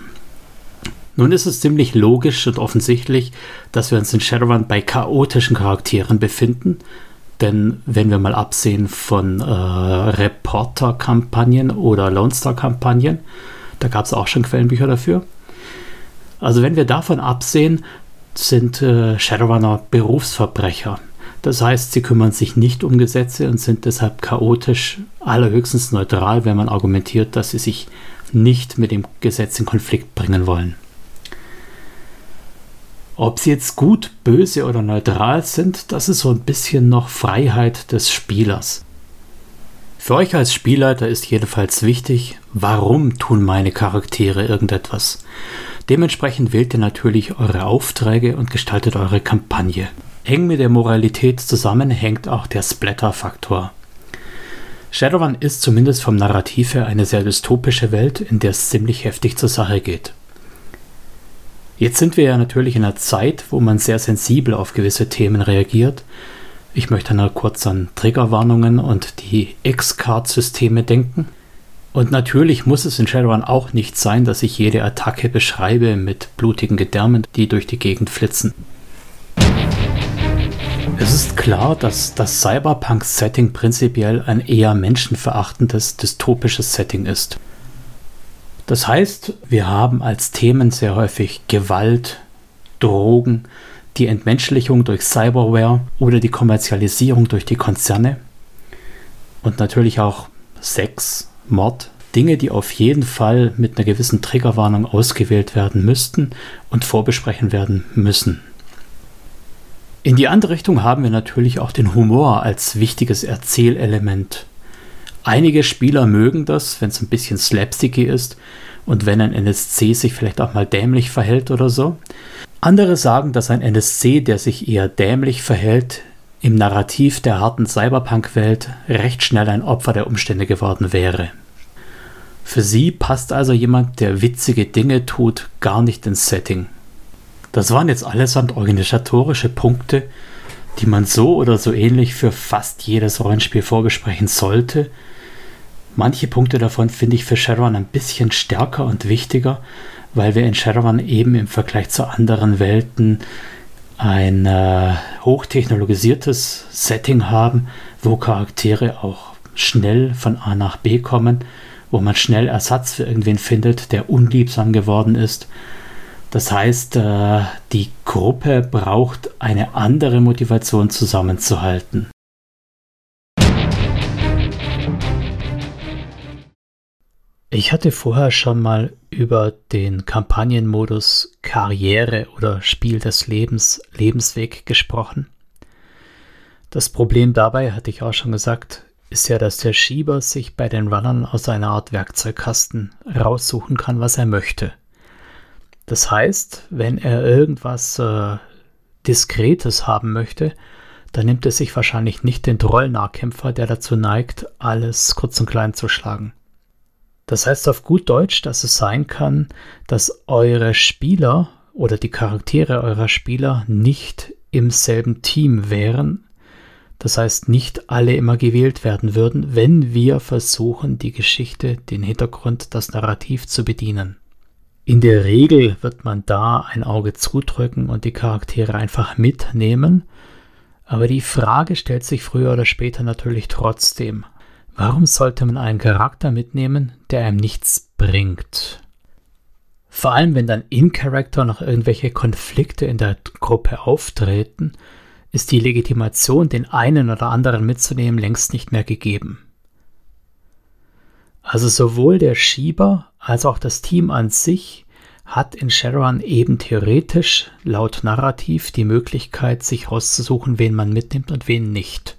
Nun ist es ziemlich logisch und offensichtlich, dass wir uns in Shadowrun bei chaotischen Charakteren befinden. Denn wenn wir mal absehen von äh, Reporter-Kampagnen oder Lone Star-Kampagnen, Da gab es auch schon Quellenbücher dafür. Also wenn wir davon absehen, sind äh, Shadowrunner Berufsverbrecher. Das heißt, sie kümmern sich nicht um Gesetze und sind deshalb chaotisch, allerhöchstens neutral, wenn man argumentiert, dass sie sich nicht mit dem Gesetz in Konflikt bringen wollen. Ob sie jetzt gut, böse oder neutral sind, das ist so ein bisschen noch Freiheit des Spielers. Für euch als Spielleiter ist jedenfalls wichtig, warum tun meine Charaktere irgendetwas. Dementsprechend wählt ihr natürlich eure Aufträge und gestaltet eure Kampagne. Eng mit der Moralität zusammen hängt auch der Splatter-Faktor. Shadowrun ist zumindest vom Narrativ her eine sehr dystopische Welt, in der es ziemlich heftig zur Sache geht. Jetzt sind wir ja natürlich in einer Zeit, wo man sehr sensibel auf gewisse Themen reagiert. Ich möchte nur kurz an Triggerwarnungen und die X-Card-Systeme denken. Und natürlich muss es in Shadowrun auch nicht sein, dass ich jede Attacke beschreibe mit blutigen Gedärmen, die durch die Gegend flitzen. Es ist klar, dass das Cyberpunk-Setting prinzipiell ein eher menschenverachtendes, dystopisches Setting ist. Das heißt, wir haben als Themen sehr häufig Gewalt, Drogen, die Entmenschlichung durch Cyberware oder die Kommerzialisierung durch die Konzerne und natürlich auch Sex, Mord, Dinge, die auf jeden Fall mit einer gewissen Triggerwarnung ausgewählt werden müssten und vorbesprechen werden müssen. In die andere Richtung haben wir natürlich auch den Humor als wichtiges Erzählelement. Einige Spieler mögen das, wenn es ein bisschen slapsticky ist und wenn ein N S C sich vielleicht auch mal dämlich verhält oder so. Andere sagen, dass ein N S C, der sich eher dämlich verhält, im Narrativ der harten Cyberpunk-Welt recht schnell ein Opfer der Umstände geworden wäre. Für sie passt also jemand, der witzige Dinge tut, gar nicht ins Setting. Das waren jetzt allesamt organisatorische Punkte, die man so oder so ähnlich für fast jedes Rollenspiel vorbesprechen sollte. Manche Punkte davon finde ich für Shadowrun ein bisschen stärker und wichtiger, weil wir in Shadowrun eben im Vergleich zu anderen Welten ein äh, hochtechnologisiertes Setting haben, wo Charaktere auch schnell von A nach B kommen, wo man schnell Ersatz für irgendwen findet, der unliebsam geworden ist. Das heißt, äh, die Gruppe braucht eine andere Motivation, zusammenzuhalten. Ich hatte vorher schon mal über den Kampagnenmodus Karriere oder Spiel des Lebens, Lebensweg gesprochen. Das Problem dabei, hatte ich auch schon gesagt, ist ja, dass der Schieber sich bei den Runnern aus einer Art Werkzeugkasten raussuchen kann, was er möchte. Das heißt, wenn er irgendwas äh, Diskretes haben möchte, dann nimmt er sich wahrscheinlich nicht den Trollnahkämpfer, der dazu neigt, alles kurz und klein zu schlagen. Das heißt auf gut Deutsch, dass es sein kann, dass eure Spieler oder die Charaktere eurer Spieler nicht im selben Team wären. Das heißt, nicht alle immer gewählt werden würden, wenn wir versuchen, die Geschichte, den Hintergrund, das Narrativ zu bedienen. In der Regel wird man da ein Auge zudrücken und die Charaktere einfach mitnehmen. Aber die Frage stellt sich früher oder später natürlich trotzdem. Warum sollte man einen Charakter mitnehmen, der einem nichts bringt? Vor allem, wenn dann in Character noch irgendwelche Konflikte in der Gruppe auftreten, ist die Legitimation, den einen oder anderen mitzunehmen, längst nicht mehr gegeben. Also sowohl der Schieber als auch das Team an sich hat in Shadowrun eben theoretisch laut Narrativ die Möglichkeit, sich rauszusuchen, wen man mitnimmt und wen nicht.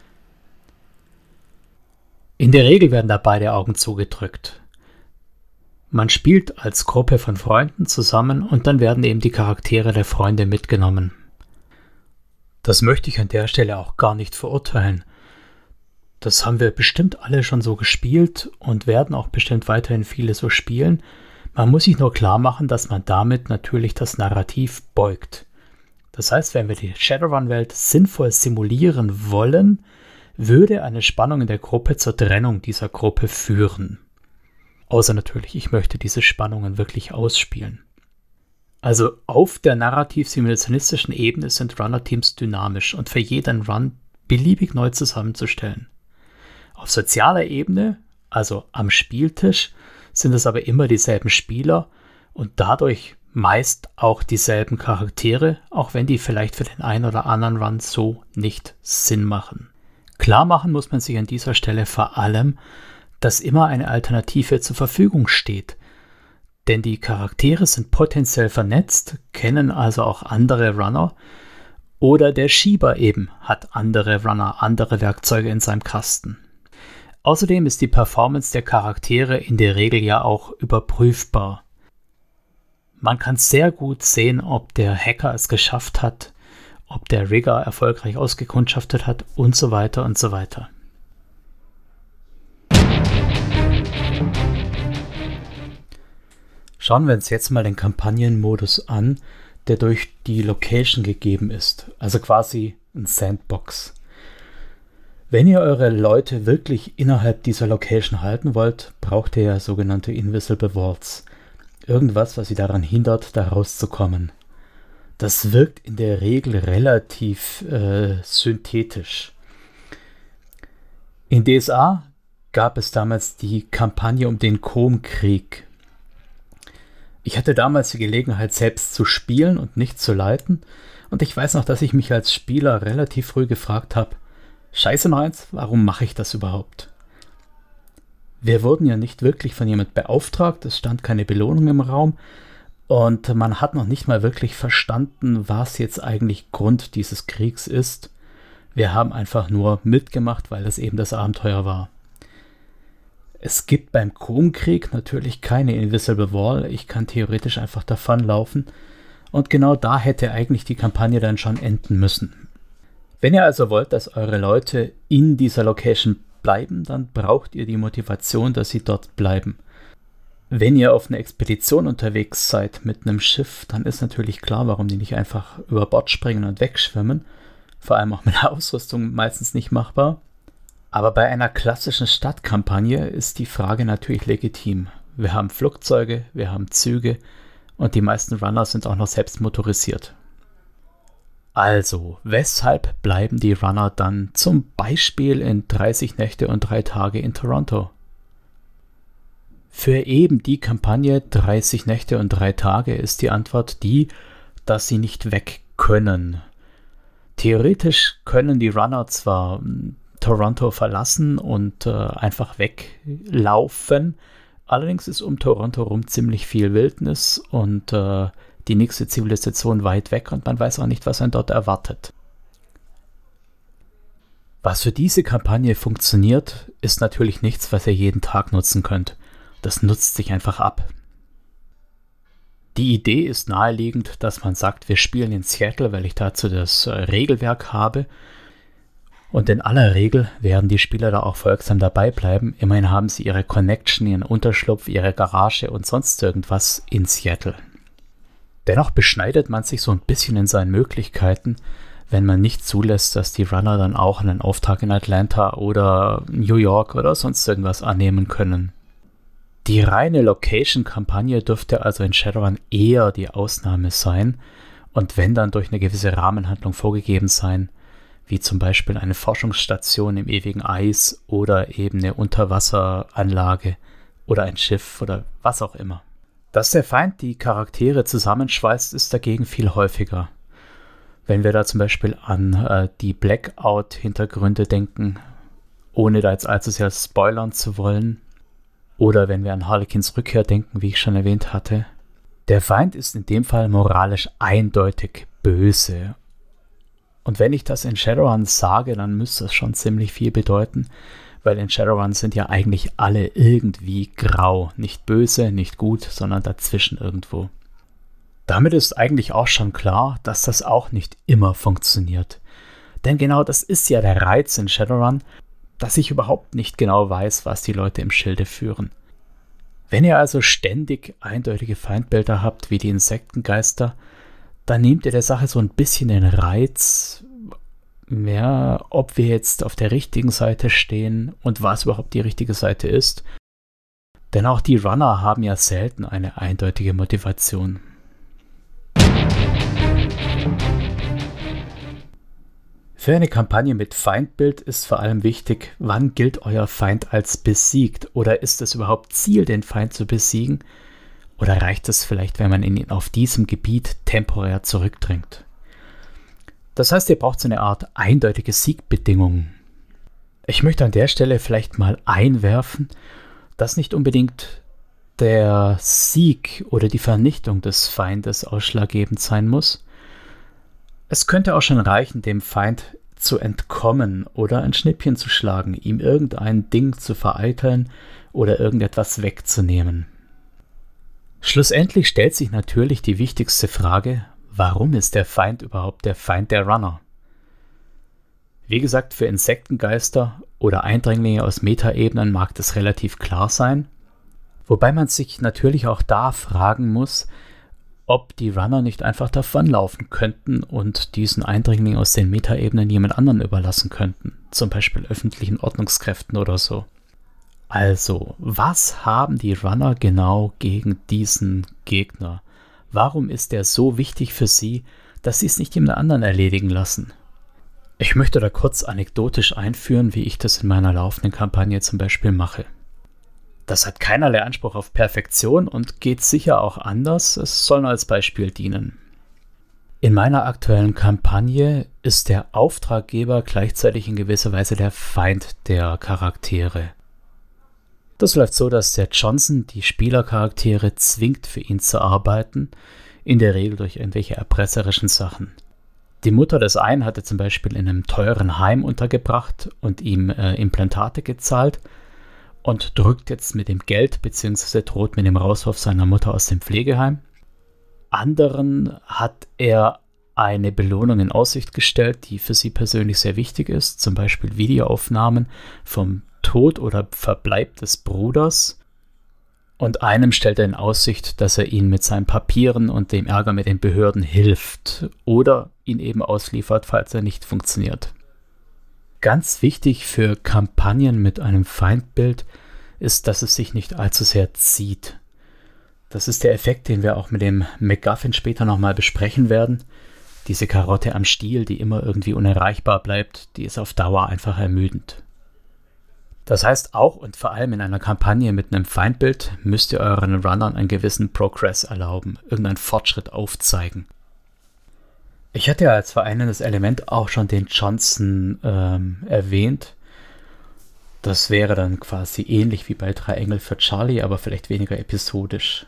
In der Regel werden da beide Augen zugedrückt. Man spielt als Gruppe von Freunden zusammen und dann werden eben die Charaktere der Freunde mitgenommen. Das möchte ich an der Stelle auch gar nicht verurteilen. Das haben wir bestimmt alle schon so gespielt und werden auch bestimmt weiterhin viele so spielen. Man muss sich nur klar machen, dass man damit natürlich das Narrativ beugt. Das heißt, wenn wir die Shadowrun-Welt sinnvoll simulieren wollen, würde eine Spannung in der Gruppe zur Trennung dieser Gruppe führen. Außer natürlich, ich möchte diese Spannungen wirklich ausspielen. Also auf der narrativ-simulationistischen Ebene sind Runner-Teams dynamisch und für jeden Run beliebig neu zusammenzustellen. Auf sozialer Ebene, also am Spieltisch, sind es aber immer dieselben Spieler und dadurch meist auch dieselben Charaktere, auch wenn die vielleicht für den einen oder anderen Run so nicht Sinn machen. Klar machen muss man sich an dieser Stelle vor allem, dass immer eine Alternative zur Verfügung steht. Denn die Charaktere sind potenziell vernetzt, kennen also auch andere Runner oder der Schieber eben hat andere Runner, andere Werkzeuge in seinem Kasten. Außerdem ist die Performance der Charaktere in der Regel ja auch überprüfbar. Man kann sehr gut sehen, ob der Hacker es geschafft hat, ob der Rigger erfolgreich ausgekundschaftet hat und so weiter und so weiter. Schauen wir uns jetzt mal den Kampagnenmodus an, der durch die Location gegeben ist, also quasi ein Sandbox. Wenn ihr eure Leute wirklich innerhalb dieser Location halten wollt, braucht ihr ja sogenannte Invisible Walls. Irgendwas, was sie daran hindert, da rauszukommen. Das wirkt in der Regel relativ äh, synthetisch. In D S A gab es damals die Kampagne um den Kom-Krieg. Ich hatte damals die Gelegenheit, selbst zu spielen und nicht zu leiten. Und ich weiß noch, dass ich mich als Spieler relativ früh gefragt habe, Scheiße noch eins, warum mache ich das überhaupt? Wir wurden ja nicht wirklich von jemand beauftragt, es stand keine Belohnung im Raum und man hat noch nicht mal wirklich verstanden, was jetzt eigentlich Grund dieses Kriegs ist. Wir haben einfach nur mitgemacht, weil das eben das Abenteuer war. Es gibt beim Kom-Krieg natürlich keine Invisible Wall, ich kann theoretisch einfach davonlaufen und genau da hätte eigentlich die Kampagne dann schon enden müssen. Wenn ihr also wollt, dass eure Leute in dieser Location bleiben, dann braucht ihr die Motivation, dass sie dort bleiben. Wenn ihr auf einer Expedition unterwegs seid mit einem Schiff, dann ist natürlich klar, warum die nicht einfach über Bord springen und wegschwimmen. Vor allem auch mit der Ausrüstung meistens nicht machbar. Aber bei einer klassischen Stadtkampagne ist die Frage natürlich legitim. Wir haben Flugzeuge, wir haben Züge und die meisten Runner sind auch noch selbst motorisiert. Also, weshalb bleiben die Runner dann zum Beispiel in dreißig Nächte und drei Tage in Toronto? Für eben die Kampagne dreißig Nächte und drei Tage ist die Antwort die, dass sie nicht weg können. Theoretisch können die Runner zwar Toronto verlassen und äh, einfach weglaufen. Allerdings ist um Toronto rum ziemlich viel Wildnis und äh, die nächste Zivilisation weit weg und man weiß auch nicht, was einen dort erwartet. Was für diese Kampagne funktioniert, ist natürlich nichts, was ihr jeden Tag nutzen könnt. Das nutzt sich einfach ab. Die Idee ist naheliegend, dass man sagt, wir spielen in Seattle, weil ich dazu das äh, Regelwerk habe. Und in aller Regel werden die Spieler da auch folgsam dabei bleiben. Immerhin haben sie ihre Connection, ihren Unterschlupf, ihre Garage und sonst irgendwas in Seattle. Dennoch beschneidet man sich so ein bisschen in seinen Möglichkeiten, wenn man nicht zulässt, dass die Runner dann auch einen Auftrag in Atlanta oder New York oder sonst irgendwas annehmen können. Die reine Location-Kampagne dürfte also in Shadowrun eher die Ausnahme sein und wenn dann durch eine gewisse Rahmenhandlung vorgegeben sein, wie zum Beispiel eine Forschungsstation im ewigen Eis oder eben eine Unterwasseranlage oder ein Schiff oder was auch immer. Dass der Feind die Charaktere zusammenschweißt, ist dagegen viel häufiger. Wenn wir da zum Beispiel an äh, die Blackout-Hintergründe denken, ohne da jetzt allzu sehr spoilern zu wollen, oder wenn wir an Harlequins Rückkehr denken, wie ich schon erwähnt hatte, der Feind ist in dem Fall moralisch eindeutig böse. Und wenn ich das in Shadowrun sage, dann müsste das schon ziemlich viel bedeuten, weil in Shadowrun sind ja eigentlich alle irgendwie grau. Nicht böse, nicht gut, sondern dazwischen irgendwo. Damit ist eigentlich auch schon klar, dass das auch nicht immer funktioniert. Denn genau das ist ja der Reiz in Shadowrun, dass ich überhaupt nicht genau weiß, was die Leute im Schilde führen. Wenn ihr also ständig eindeutige Feindbilder habt, wie die Insektengeister, dann nehmt ihr der Sache so ein bisschen den Reiz, ja, ob wir jetzt auf der richtigen Seite stehen und was überhaupt die richtige Seite ist. Denn auch die Runner haben ja selten eine eindeutige Motivation. Für eine Kampagne mit Feindbild ist vor allem wichtig, wann gilt euer Feind als besiegt oder ist es überhaupt Ziel, den Feind zu besiegen oder reicht es vielleicht, wenn man ihn auf diesem Gebiet temporär zurückdrängt? Das heißt, ihr braucht so eine Art eindeutige Siegbedingungen. Ich möchte an der Stelle vielleicht mal einwerfen, dass nicht unbedingt der Sieg oder die Vernichtung des Feindes ausschlaggebend sein muss. Es könnte auch schon reichen, dem Feind zu entkommen oder ein Schnippchen zu schlagen, ihm irgendein Ding zu vereiteln oder irgendetwas wegzunehmen. Schlussendlich stellt sich natürlich die wichtigste Frage, warum ist der Feind überhaupt der Feind der Runner? Wie gesagt, für Insektengeister oder Eindringlinge aus Metaebenen mag das relativ klar sein, wobei man sich natürlich auch da fragen muss, ob die Runner nicht einfach davonlaufen könnten und diesen Eindringling aus den Metaebenen jemand anderen überlassen könnten, zum Beispiel öffentlichen Ordnungskräften oder so. Also, was haben die Runner genau gegen diesen Gegner? Warum ist der so wichtig für sie, dass sie es nicht jemand anderen erledigen lassen? Ich möchte da kurz anekdotisch einführen, wie ich das in meiner laufenden Kampagne zum Beispiel mache. Das hat keinerlei Anspruch auf Perfektion und geht sicher auch anders. Es soll nur als Beispiel dienen. In meiner aktuellen Kampagne ist der Auftraggeber gleichzeitig in gewisser Weise der Feind der Charaktere. Das läuft so, dass der Johnson die Spielercharaktere zwingt, für ihn zu arbeiten, in der Regel durch irgendwelche erpresserischen Sachen. Die Mutter des einen hatte zum Beispiel in einem teuren Heim untergebracht und ihm äh, Implantate gezahlt und drückt jetzt mit dem Geld bzw. droht mit dem Rauswurf seiner Mutter aus dem Pflegeheim. Anderen hat er eine Belohnung in Aussicht gestellt, die für sie persönlich sehr wichtig ist, zum Beispiel Videoaufnahmen vom Tod oder Verbleib des Bruders. Und einem stellt er in Aussicht, dass er ihn mit seinen Papieren und dem Ärger mit den Behörden hilft oder ihn eben ausliefert, falls er nicht funktioniert. Ganz wichtig für Kampagnen mit einem Feindbild ist, dass es sich nicht allzu sehr zieht. Das ist der Effekt, den wir auch mit dem MacGuffin später nochmal besprechen werden. Diese Karotte am Stiel, die immer irgendwie unerreichbar bleibt, die ist auf Dauer einfach ermüdend. Das heißt, auch und vor allem in einer Kampagne mit einem Feindbild müsst ihr euren Runnern einen gewissen Progress erlauben, irgendeinen Fortschritt aufzeigen. Ich hatte ja als vereinendes Element auch schon den Johnson ähm, erwähnt. Das wäre dann quasi ähnlich wie bei Drei Engel für Charlie, aber vielleicht weniger episodisch.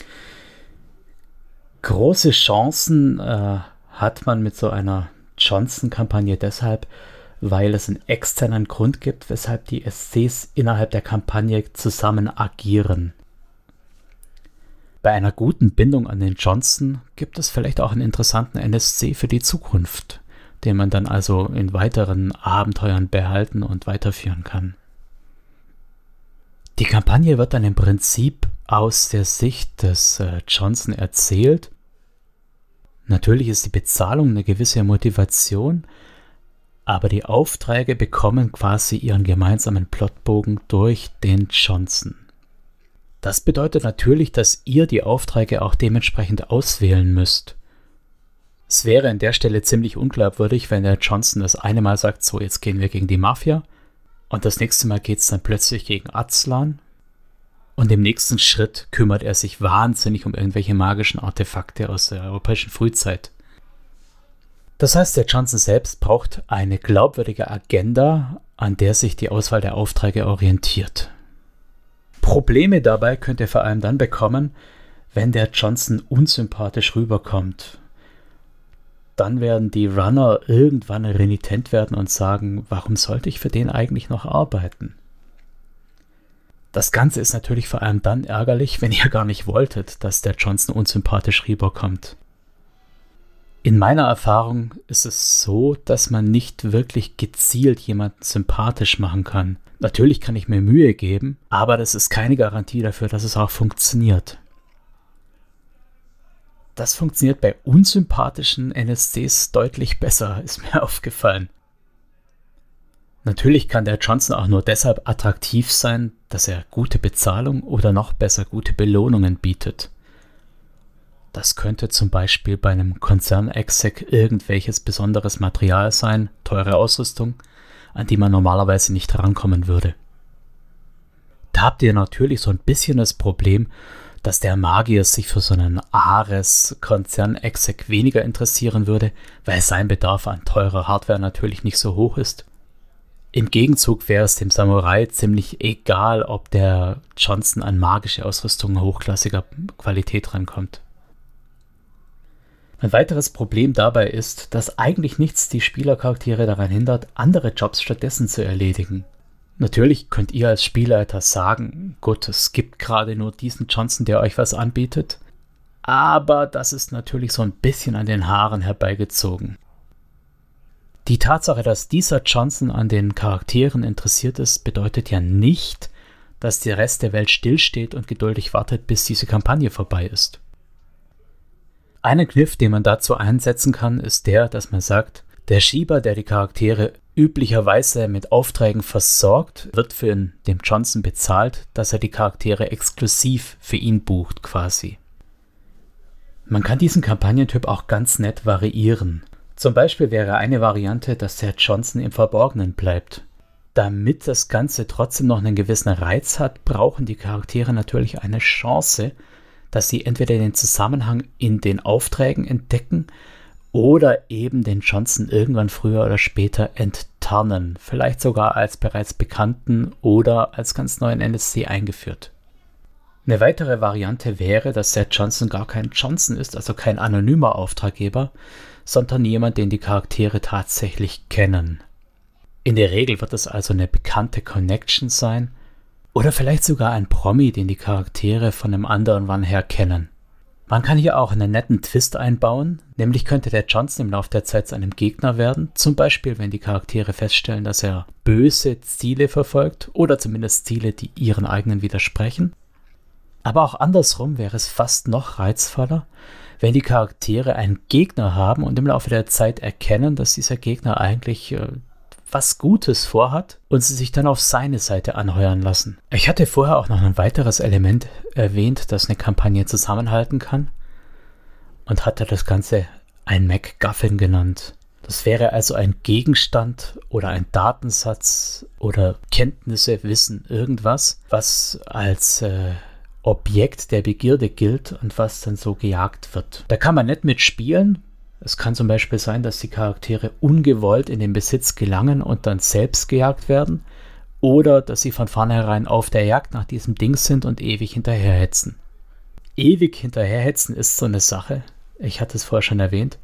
Große Chancen äh, hat man mit so einer Johnson-Kampagne deshalb, weil es einen externen Grund gibt, weshalb die S Cs innerhalb der Kampagne zusammen agieren. Bei einer guten Bindung an den Johnson gibt es vielleicht auch einen interessanten N S C für die Zukunft, den man dann also in weiteren Abenteuern behalten und weiterführen kann. Die Kampagne wird dann im Prinzip aus der Sicht des äh, Johnson erzählt. Natürlich ist die Bezahlung eine gewisse Motivation, aber die Aufträge bekommen quasi ihren gemeinsamen Plotbogen durch den Johnson. Das bedeutet natürlich, dass ihr die Aufträge auch dementsprechend auswählen müsst. Es wäre an der Stelle ziemlich unglaubwürdig, wenn der Johnson das eine Mal sagt, so jetzt gehen wir gegen die Mafia und das nächste Mal geht es dann plötzlich gegen Aztlan und im nächsten Schritt kümmert er sich wahnsinnig um irgendwelche magischen Artefakte aus der europäischen Frühzeit. Das heißt, der Johnson selbst braucht eine glaubwürdige Agenda, an der sich die Auswahl der Aufträge orientiert. Probleme dabei könnt ihr vor allem dann bekommen, wenn der Johnson unsympathisch rüberkommt. Dann werden die Runner irgendwann renitent werden und sagen, warum sollte ich für den eigentlich noch arbeiten? Das Ganze ist natürlich vor allem dann ärgerlich, wenn ihr gar nicht wolltet, dass der Johnson unsympathisch rüberkommt. In meiner Erfahrung ist es so, dass man nicht wirklich gezielt jemanden sympathisch machen kann. Natürlich kann ich mir Mühe geben, aber das ist keine Garantie dafür, dass es auch funktioniert. Das funktioniert bei unsympathischen N S Cs deutlich besser, ist mir aufgefallen. Natürlich kann der Johnson auch nur deshalb attraktiv sein, dass er gute Bezahlung oder noch besser gute Belohnungen bietet. Das könnte zum Beispiel bei einem Konzern-Exec irgendwelches besonderes Material sein, teure Ausrüstung, an die man normalerweise nicht herankommen würde. Da habt ihr natürlich so ein bisschen das Problem, dass der Magier sich für so einen Ares-Konzern-Exec weniger interessieren würde, weil sein Bedarf an teurer Hardware natürlich nicht so hoch ist. Im Gegenzug wäre es dem Samurai ziemlich egal, ob der Johnson an magische Ausrüstung hochklassiger Qualität rankommt. Ein weiteres Problem dabei ist, dass eigentlich nichts die Spielercharaktere daran hindert, andere Jobs stattdessen zu erledigen. Natürlich könnt ihr als Spielleiter sagen, gut, es gibt gerade nur diesen Johnson, der euch was anbietet, aber das ist natürlich so ein bisschen an den Haaren herbeigezogen. Die Tatsache, dass dieser Johnson an den Charakteren interessiert ist, bedeutet ja nicht, dass der Rest der Welt stillsteht und geduldig wartet, bis diese Kampagne vorbei ist. Einen Kniff, den man dazu einsetzen kann, ist der, dass man sagt, der Schieber, der die Charaktere üblicherweise mit Aufträgen versorgt, wird für den Johnson bezahlt, dass er die Charaktere exklusiv für ihn bucht quasi. Man kann diesen Kampagnentyp auch ganz nett variieren. Zum Beispiel wäre eine Variante, dass der Johnson im Verborgenen bleibt. Damit das Ganze trotzdem noch einen gewissen Reiz hat, brauchen die Charaktere natürlich eine Chance, dass sie entweder den Zusammenhang in den Aufträgen entdecken oder eben den Johnson irgendwann früher oder später enttarnen, vielleicht sogar als bereits bekannten oder als ganz neuen N S C eingeführt. Eine weitere Variante wäre, dass der Johnson gar kein Johnson ist, also kein anonymer Auftraggeber, sondern jemand, den die Charaktere tatsächlich kennen. In der Regel wird es also eine bekannte Connection sein oder vielleicht sogar ein Promi, den die Charaktere von einem anderen wann her kennen. Man kann hier auch einen netten Twist einbauen, nämlich könnte der Johnson im Laufe der Zeit zu einem Gegner werden, zum Beispiel wenn die Charaktere feststellen, dass er böse Ziele verfolgt oder zumindest Ziele, die ihren eigenen widersprechen. Aber auch andersrum wäre es fast noch reizvoller, wenn die Charaktere einen Gegner haben und im Laufe der Zeit erkennen, dass dieser Gegner eigentlich äh, was Gutes vorhat und sie sich dann auf seine Seite anheuern lassen. Ich hatte vorher auch noch ein weiteres Element erwähnt, das eine Kampagne zusammenhalten kann und hatte das Ganze ein MacGuffin genannt. Das wäre also ein Gegenstand oder ein Datensatz oder Kenntnisse, Wissen, irgendwas, was als äh, Objekt der Begierde gilt und was dann so gejagt wird. Da kann man nicht mitspielen. Es kann zum Beispiel sein, dass die Charaktere ungewollt in den Besitz gelangen und dann selbst gejagt werden oder dass sie von vornherein auf der Jagd nach diesem Ding sind und ewig hinterherhetzen. Ewig hinterherhetzen ist so eine Sache, ich hatte es vorher schon erwähnt.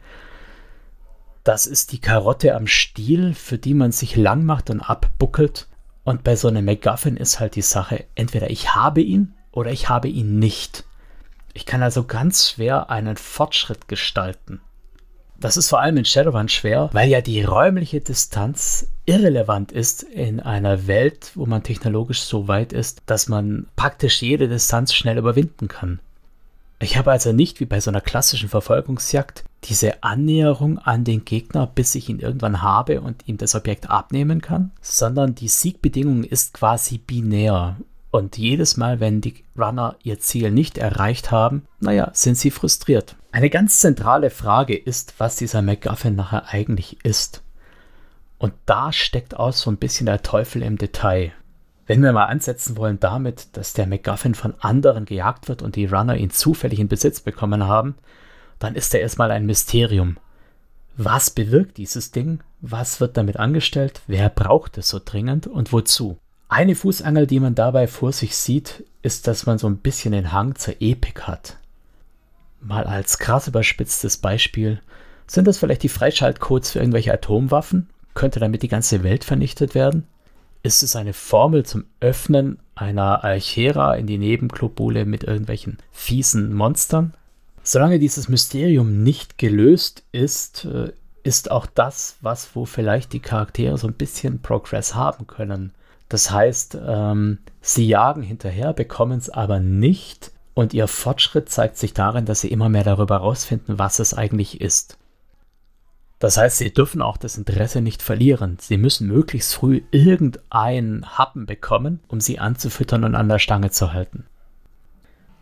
Das ist die Karotte am Stiel, für die man sich lang macht und abbuckelt. Und bei so einem MacGuffin ist halt die Sache, entweder ich habe ihn oder ich habe ihn nicht. Ich kann also ganz schwer einen Fortschritt gestalten. Das ist vor allem in Shadowrun schwer, weil ja die räumliche Distanz irrelevant ist in einer Welt, wo man technologisch so weit ist, dass man praktisch jede Distanz schnell überwinden kann. Ich habe also nicht wie bei so einer klassischen Verfolgungsjagd diese Annäherung an den Gegner, bis ich ihn irgendwann habe und ihm das Objekt abnehmen kann, sondern die Siegbedingung ist quasi binär. Und jedes Mal, wenn die Runner ihr Ziel nicht erreicht haben, naja, sind sie frustriert. Eine ganz zentrale Frage ist, was dieser MacGuffin nachher eigentlich ist. Und da steckt auch so ein bisschen der Teufel im Detail. Wenn wir mal ansetzen wollen damit, dass der MacGuffin von anderen gejagt wird und die Runner ihn zufällig in Besitz bekommen haben, dann ist er erstmal ein Mysterium. Was bewirkt dieses Ding? Was wird damit angestellt? Wer braucht es so dringend und wozu? Eine Fußangel, die man dabei vor sich sieht, ist, dass man so ein bisschen den Hang zur Epik hat. Mal als krass überspitztes Beispiel, sind das vielleicht die Freischaltcodes für irgendwelche Atomwaffen? Könnte damit die ganze Welt vernichtet werden? Ist es eine Formel zum Öffnen einer Alchera in die Nebenglobule mit irgendwelchen fiesen Monstern? Solange dieses Mysterium nicht gelöst ist, ist auch das, was wo vielleicht die Charaktere so ein bisschen Progress haben können. Das heißt, ähm, sie jagen hinterher, bekommen es aber nicht und ihr Fortschritt zeigt sich darin, dass sie immer mehr darüber herausfinden, was es eigentlich ist. Das heißt, sie dürfen auch das Interesse nicht verlieren. Sie müssen möglichst früh irgendeinen Happen bekommen, um sie anzufüttern und an der Stange zu halten.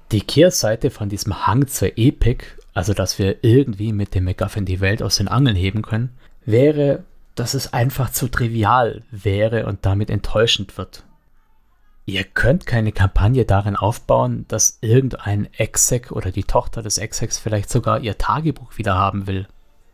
Die Kehrseite von diesem Hang zur Epic, also dass wir irgendwie mit dem MacGuffin die Welt aus den Angeln heben können, wäre, dass es einfach zu trivial wäre und damit enttäuschend wird. Ihr könnt keine Kampagne darin aufbauen, dass irgendein Exec oder die Tochter des Execs vielleicht sogar ihr Tagebuch wieder haben will.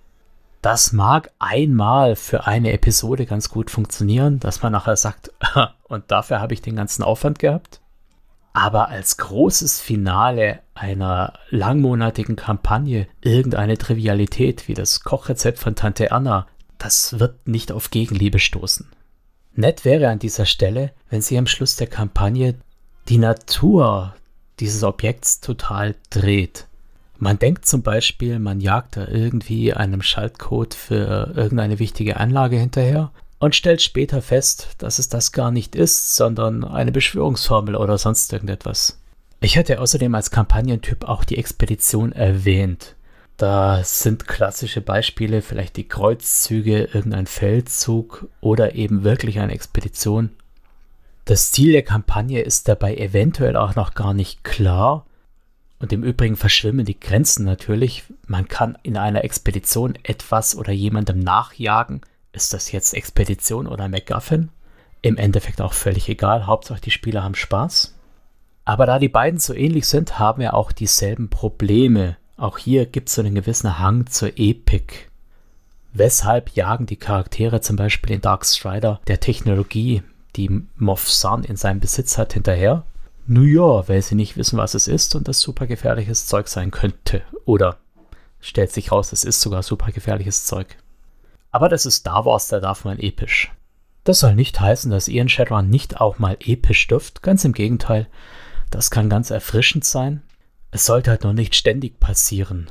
Das mag einmal für eine Episode ganz gut funktionieren, dass man nachher sagt, und dafür habe ich den ganzen Aufwand gehabt. Aber als großes Finale einer langmonatigen Kampagne irgendeine Trivialität wie das Kochrezept von Tante Anna, das wird nicht auf Gegenliebe stoßen. Nett wäre an dieser Stelle, wenn sie am Schluss der Kampagne die Natur dieses Objekts total dreht. Man denkt zum Beispiel, man jagt da irgendwie einem Schaltcode für irgendeine wichtige Anlage hinterher und stellt später fest, dass es das gar nicht ist, sondern eine Beschwörungsformel oder sonst irgendetwas. Ich hätte außerdem als Kampagnentyp auch die Expedition erwähnt. Da sind klassische Beispiele, vielleicht die Kreuzzüge, irgendein Feldzug oder eben wirklich eine Expedition. Das Ziel der Kampagne ist dabei eventuell auch noch gar nicht klar. Und im Übrigen verschwimmen die Grenzen natürlich. Man kann in einer Expedition etwas oder jemandem nachjagen. Ist das jetzt Expedition oder MacGuffin? Im Endeffekt auch völlig egal. Hauptsache die Spieler haben Spaß. Aber da die beiden so ähnlich sind, haben wir auch dieselben Probleme. Auch hier gibt es so einen gewissen Hang zur Epik. Weshalb jagen die Charaktere zum Beispiel in Dark Strider der Technologie, die Moff Sun in seinem Besitz hat, hinterher? Naja, weil sie nicht wissen, was es ist und das super gefährliches Zeug sein könnte. Oder stellt sich raus, es ist sogar super gefährliches Zeug. Aber das ist Star Wars, da darf man episch. Das soll nicht heißen, dass ihr in Shadowrun nicht auch mal episch dürft. Ganz im Gegenteil, das kann ganz erfrischend sein. Es sollte halt nur nicht ständig passieren.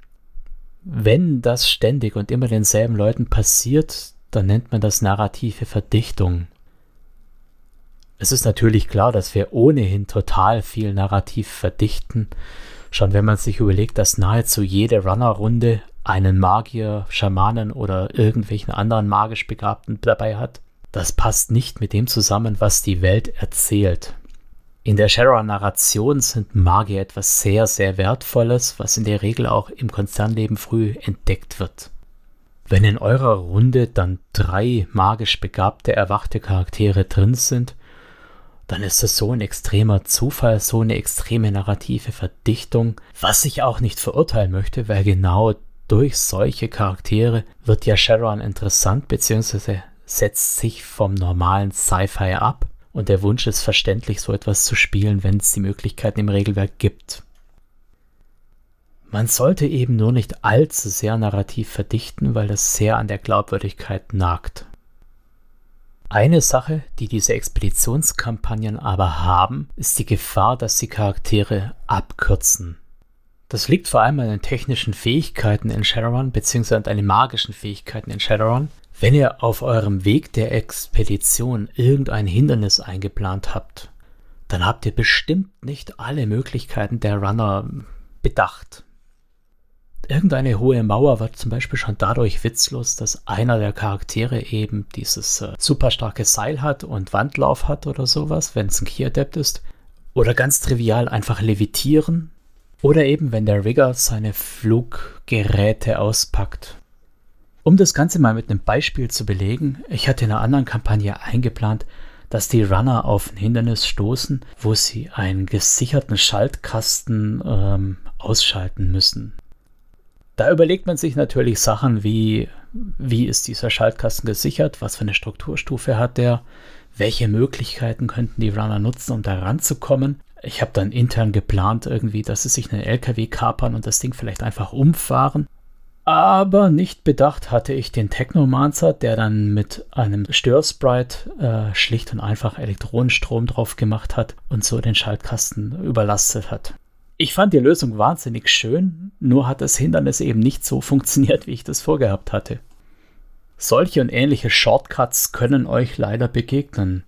Wenn das ständig und immer denselben Leuten passiert, dann nennt man das narrative Verdichtung. Es ist natürlich klar, dass wir ohnehin total viel narrativ verdichten. Schon wenn man sich überlegt, dass nahezu jede Runner-Runde einen Magier, Schamanen oder irgendwelchen anderen magisch Begabten dabei hat. Das passt nicht mit dem zusammen, was die Welt erzählt. In der Shadowrun-Narration sind Magier etwas sehr, sehr Wertvolles, was in der Regel auch im Konzernleben früh entdeckt wird. Wenn in eurer Runde dann drei magisch begabte, erwachte Charaktere drin sind, dann ist das so ein extremer Zufall, so eine extreme narrative Verdichtung, was ich auch nicht verurteilen möchte, weil genau durch solche Charaktere wird ja Shadowrun interessant, beziehungsweise setzt sich vom normalen Sci-Fi ab. Und der Wunsch ist verständlich, so etwas zu spielen, wenn es die Möglichkeiten im Regelwerk gibt. Man sollte eben nur nicht allzu sehr narrativ verdichten, weil das sehr an der Glaubwürdigkeit nagt. Eine Sache, die diese Expeditionskampagnen aber haben, ist die Gefahr, dass die Charaktere abkürzen. Das liegt vor allem an den technischen Fähigkeiten in Shadowrun, beziehungsweise an den magischen Fähigkeiten in Shadowrun. Wenn ihr auf eurem Weg der Expedition irgendein Hindernis eingeplant habt, dann habt ihr bestimmt nicht alle Möglichkeiten der Runner bedacht. Irgendeine hohe Mauer wird zum Beispiel schon dadurch witzlos, dass einer der Charaktere eben dieses äh, super starke Seil hat und Wandlauf hat oder sowas, wenn es ein Key-Adept ist. Oder ganz trivial einfach levitieren. Oder eben, wenn der Rigger seine Fluggeräte auspackt. Um das Ganze mal mit einem Beispiel zu belegen, ich hatte in einer anderen Kampagne eingeplant, dass die Runner auf ein Hindernis stoßen, wo sie einen gesicherten Schaltkasten ähm, ausschalten müssen. Da überlegt man sich natürlich Sachen wie, wie ist dieser Schaltkasten gesichert, was für eine Strukturstufe hat der, welche Möglichkeiten könnten die Runner nutzen, um da ranzukommen. Ich habe dann intern geplant irgendwie, dass sie sich einen L K W kapern und das Ding vielleicht einfach umfahren. Aber nicht bedacht hatte ich den Technomancer, der dann mit einem Störsprite äh, schlicht und einfach Elektronenstrom drauf gemacht hat und so den Schaltkasten überlastet hat. Ich fand die Lösung wahnsinnig schön, nur hat das Hindernis eben nicht so funktioniert, wie ich das vorgehabt hatte. Solche und ähnliche Shortcuts können euch leider begegnen.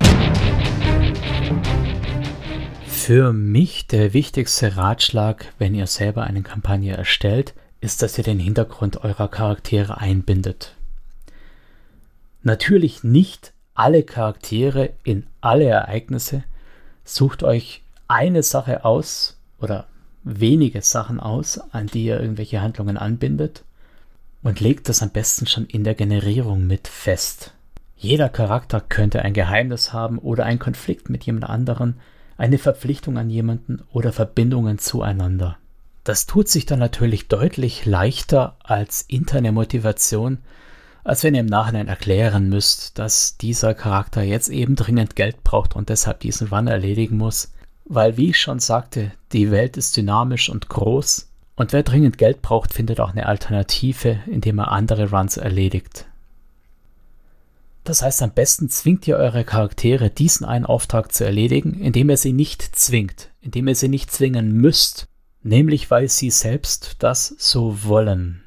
Für mich der wichtigste Ratschlag, wenn ihr selber eine Kampagne erstellt, ist, dass ihr den Hintergrund eurer Charaktere einbindet. Natürlich nicht alle Charaktere in alle Ereignisse. Sucht euch eine Sache aus oder wenige Sachen aus, an die ihr irgendwelche Handlungen anbindet und legt das am besten schon in der Generierung mit fest. Jeder Charakter könnte ein Geheimnis haben oder einen Konflikt mit jemand anderem, eine Verpflichtung an jemanden oder Verbindungen zueinander. Das tut sich dann natürlich deutlich leichter als interne Motivation, als wenn ihr im Nachhinein erklären müsst, dass dieser Charakter jetzt eben dringend Geld braucht und deshalb diesen Run erledigen muss. Weil, wie ich schon sagte, die Welt ist dynamisch und groß und wer dringend Geld braucht, findet auch eine Alternative, indem er andere Runs erledigt. Das heißt, am besten zwingt ihr eure Charaktere, diesen einen Auftrag zu erledigen, indem ihr sie nicht zwingt, indem ihr sie nicht zwingen müsst, nämlich weil sie selbst das so wollen.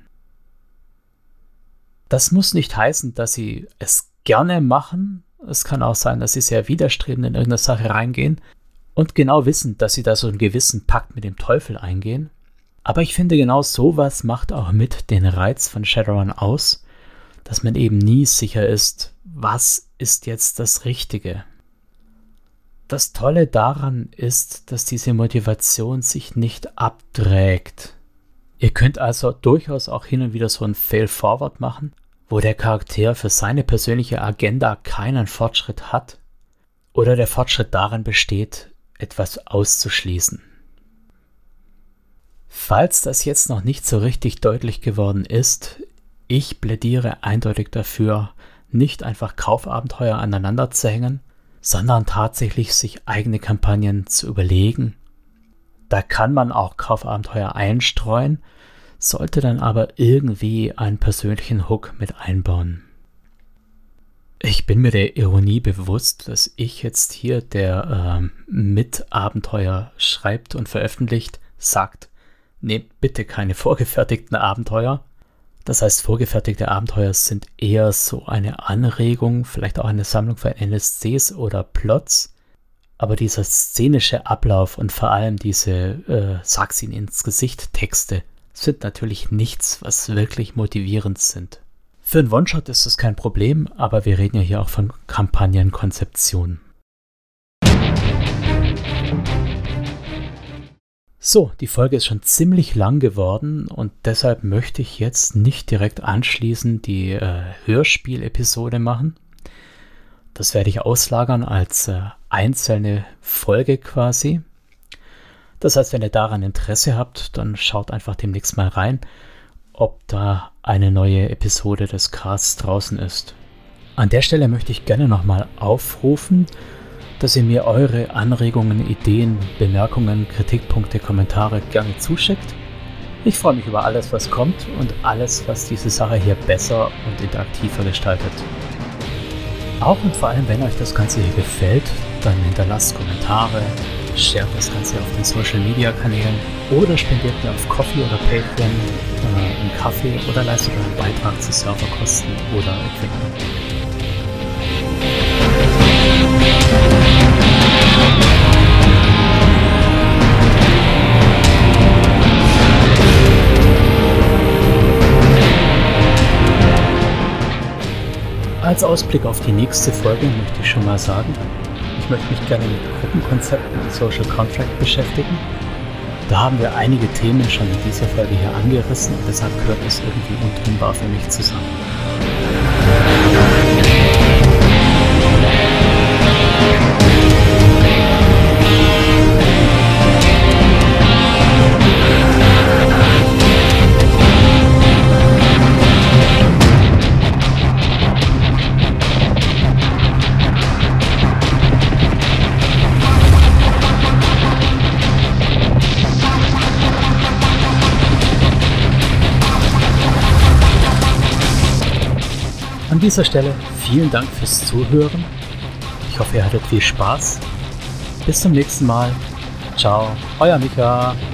Das muss nicht heißen, dass sie es gerne machen. Es kann auch sein, dass sie sehr widerstrebend in irgendeine Sache reingehen und genau wissen, dass sie da so einen gewissen Pakt mit dem Teufel eingehen. Aber ich finde, genau sowas macht auch mit den Reiz von Shadowrun aus, dass man eben nie sicher ist, was ist jetzt das Richtige. Das Tolle daran ist, dass diese Motivation sich nicht abträgt. Ihr könnt also durchaus auch hin und wieder so ein Fail-Forward machen, wo der Charakter für seine persönliche Agenda keinen Fortschritt hat oder der Fortschritt darin besteht, etwas auszuschließen. Falls das jetzt noch nicht so richtig deutlich geworden ist, ich plädiere eindeutig dafür, nicht einfach Kaufabenteuer aneinander zu hängen, sondern tatsächlich sich eigene Kampagnen zu überlegen. Da kann man auch Kaufabenteuer einstreuen, sollte dann aber irgendwie einen persönlichen Hook mit einbauen. Ich bin mir der Ironie bewusst, dass ich jetzt hier, der äh, mit Abenteuer schreibt und veröffentlicht, sagt, nehmt bitte keine vorgefertigten Abenteuer. Das heißt, vorgefertigte Abenteuer sind eher so eine Anregung, vielleicht auch eine Sammlung von N S Cs oder Plots. Aber dieser szenische Ablauf und vor allem diese äh, Sag's ihnen ins Gesicht Texte sind natürlich nichts, was wirklich motivierend sind. Für einen One-Shot ist das kein Problem, aber wir reden ja hier auch von Kampagnenkonzeption. So, die Folge ist schon ziemlich lang geworden und deshalb möchte ich jetzt nicht direkt anschließend die äh, Hörspiel-Episode machen. Das werde ich auslagern als äh, einzelne Folge quasi. Das heißt, wenn ihr daran Interesse habt, dann schaut einfach demnächst mal rein, ob da eine neue Episode des Casts draußen ist. An der Stelle möchte ich gerne nochmal aufrufen, dass ihr mir eure Anregungen, Ideen, Bemerkungen, Kritikpunkte, Kommentare gerne zuschickt. Ich freue mich über alles, was kommt und alles, was diese Sache hier besser und interaktiver gestaltet. Auch und vor allem, wenn euch das Ganze hier gefällt, dann hinterlasst Kommentare, shared das Ganze auf den Social Media Kanälen oder spendiert mir auf Ko-fi oder Patreon äh, einen Kaffee oder leistet einen Beitrag zu Serverkosten oder Equipment. Als Ausblick auf die nächste Folge möchte ich schon mal sagen, ich möchte mich gerne mit Gruppenkonzepten und Social Contract beschäftigen. Da haben wir einige Themen schon in dieser Folge hier angerissen und deshalb gehört es irgendwie untrennbar für mich zusammen. An dieser Stelle vielen Dank fürs Zuhören. Ich hoffe, ihr hattet viel Spaß. Bis zum nächsten Mal. Ciao, euer Mika.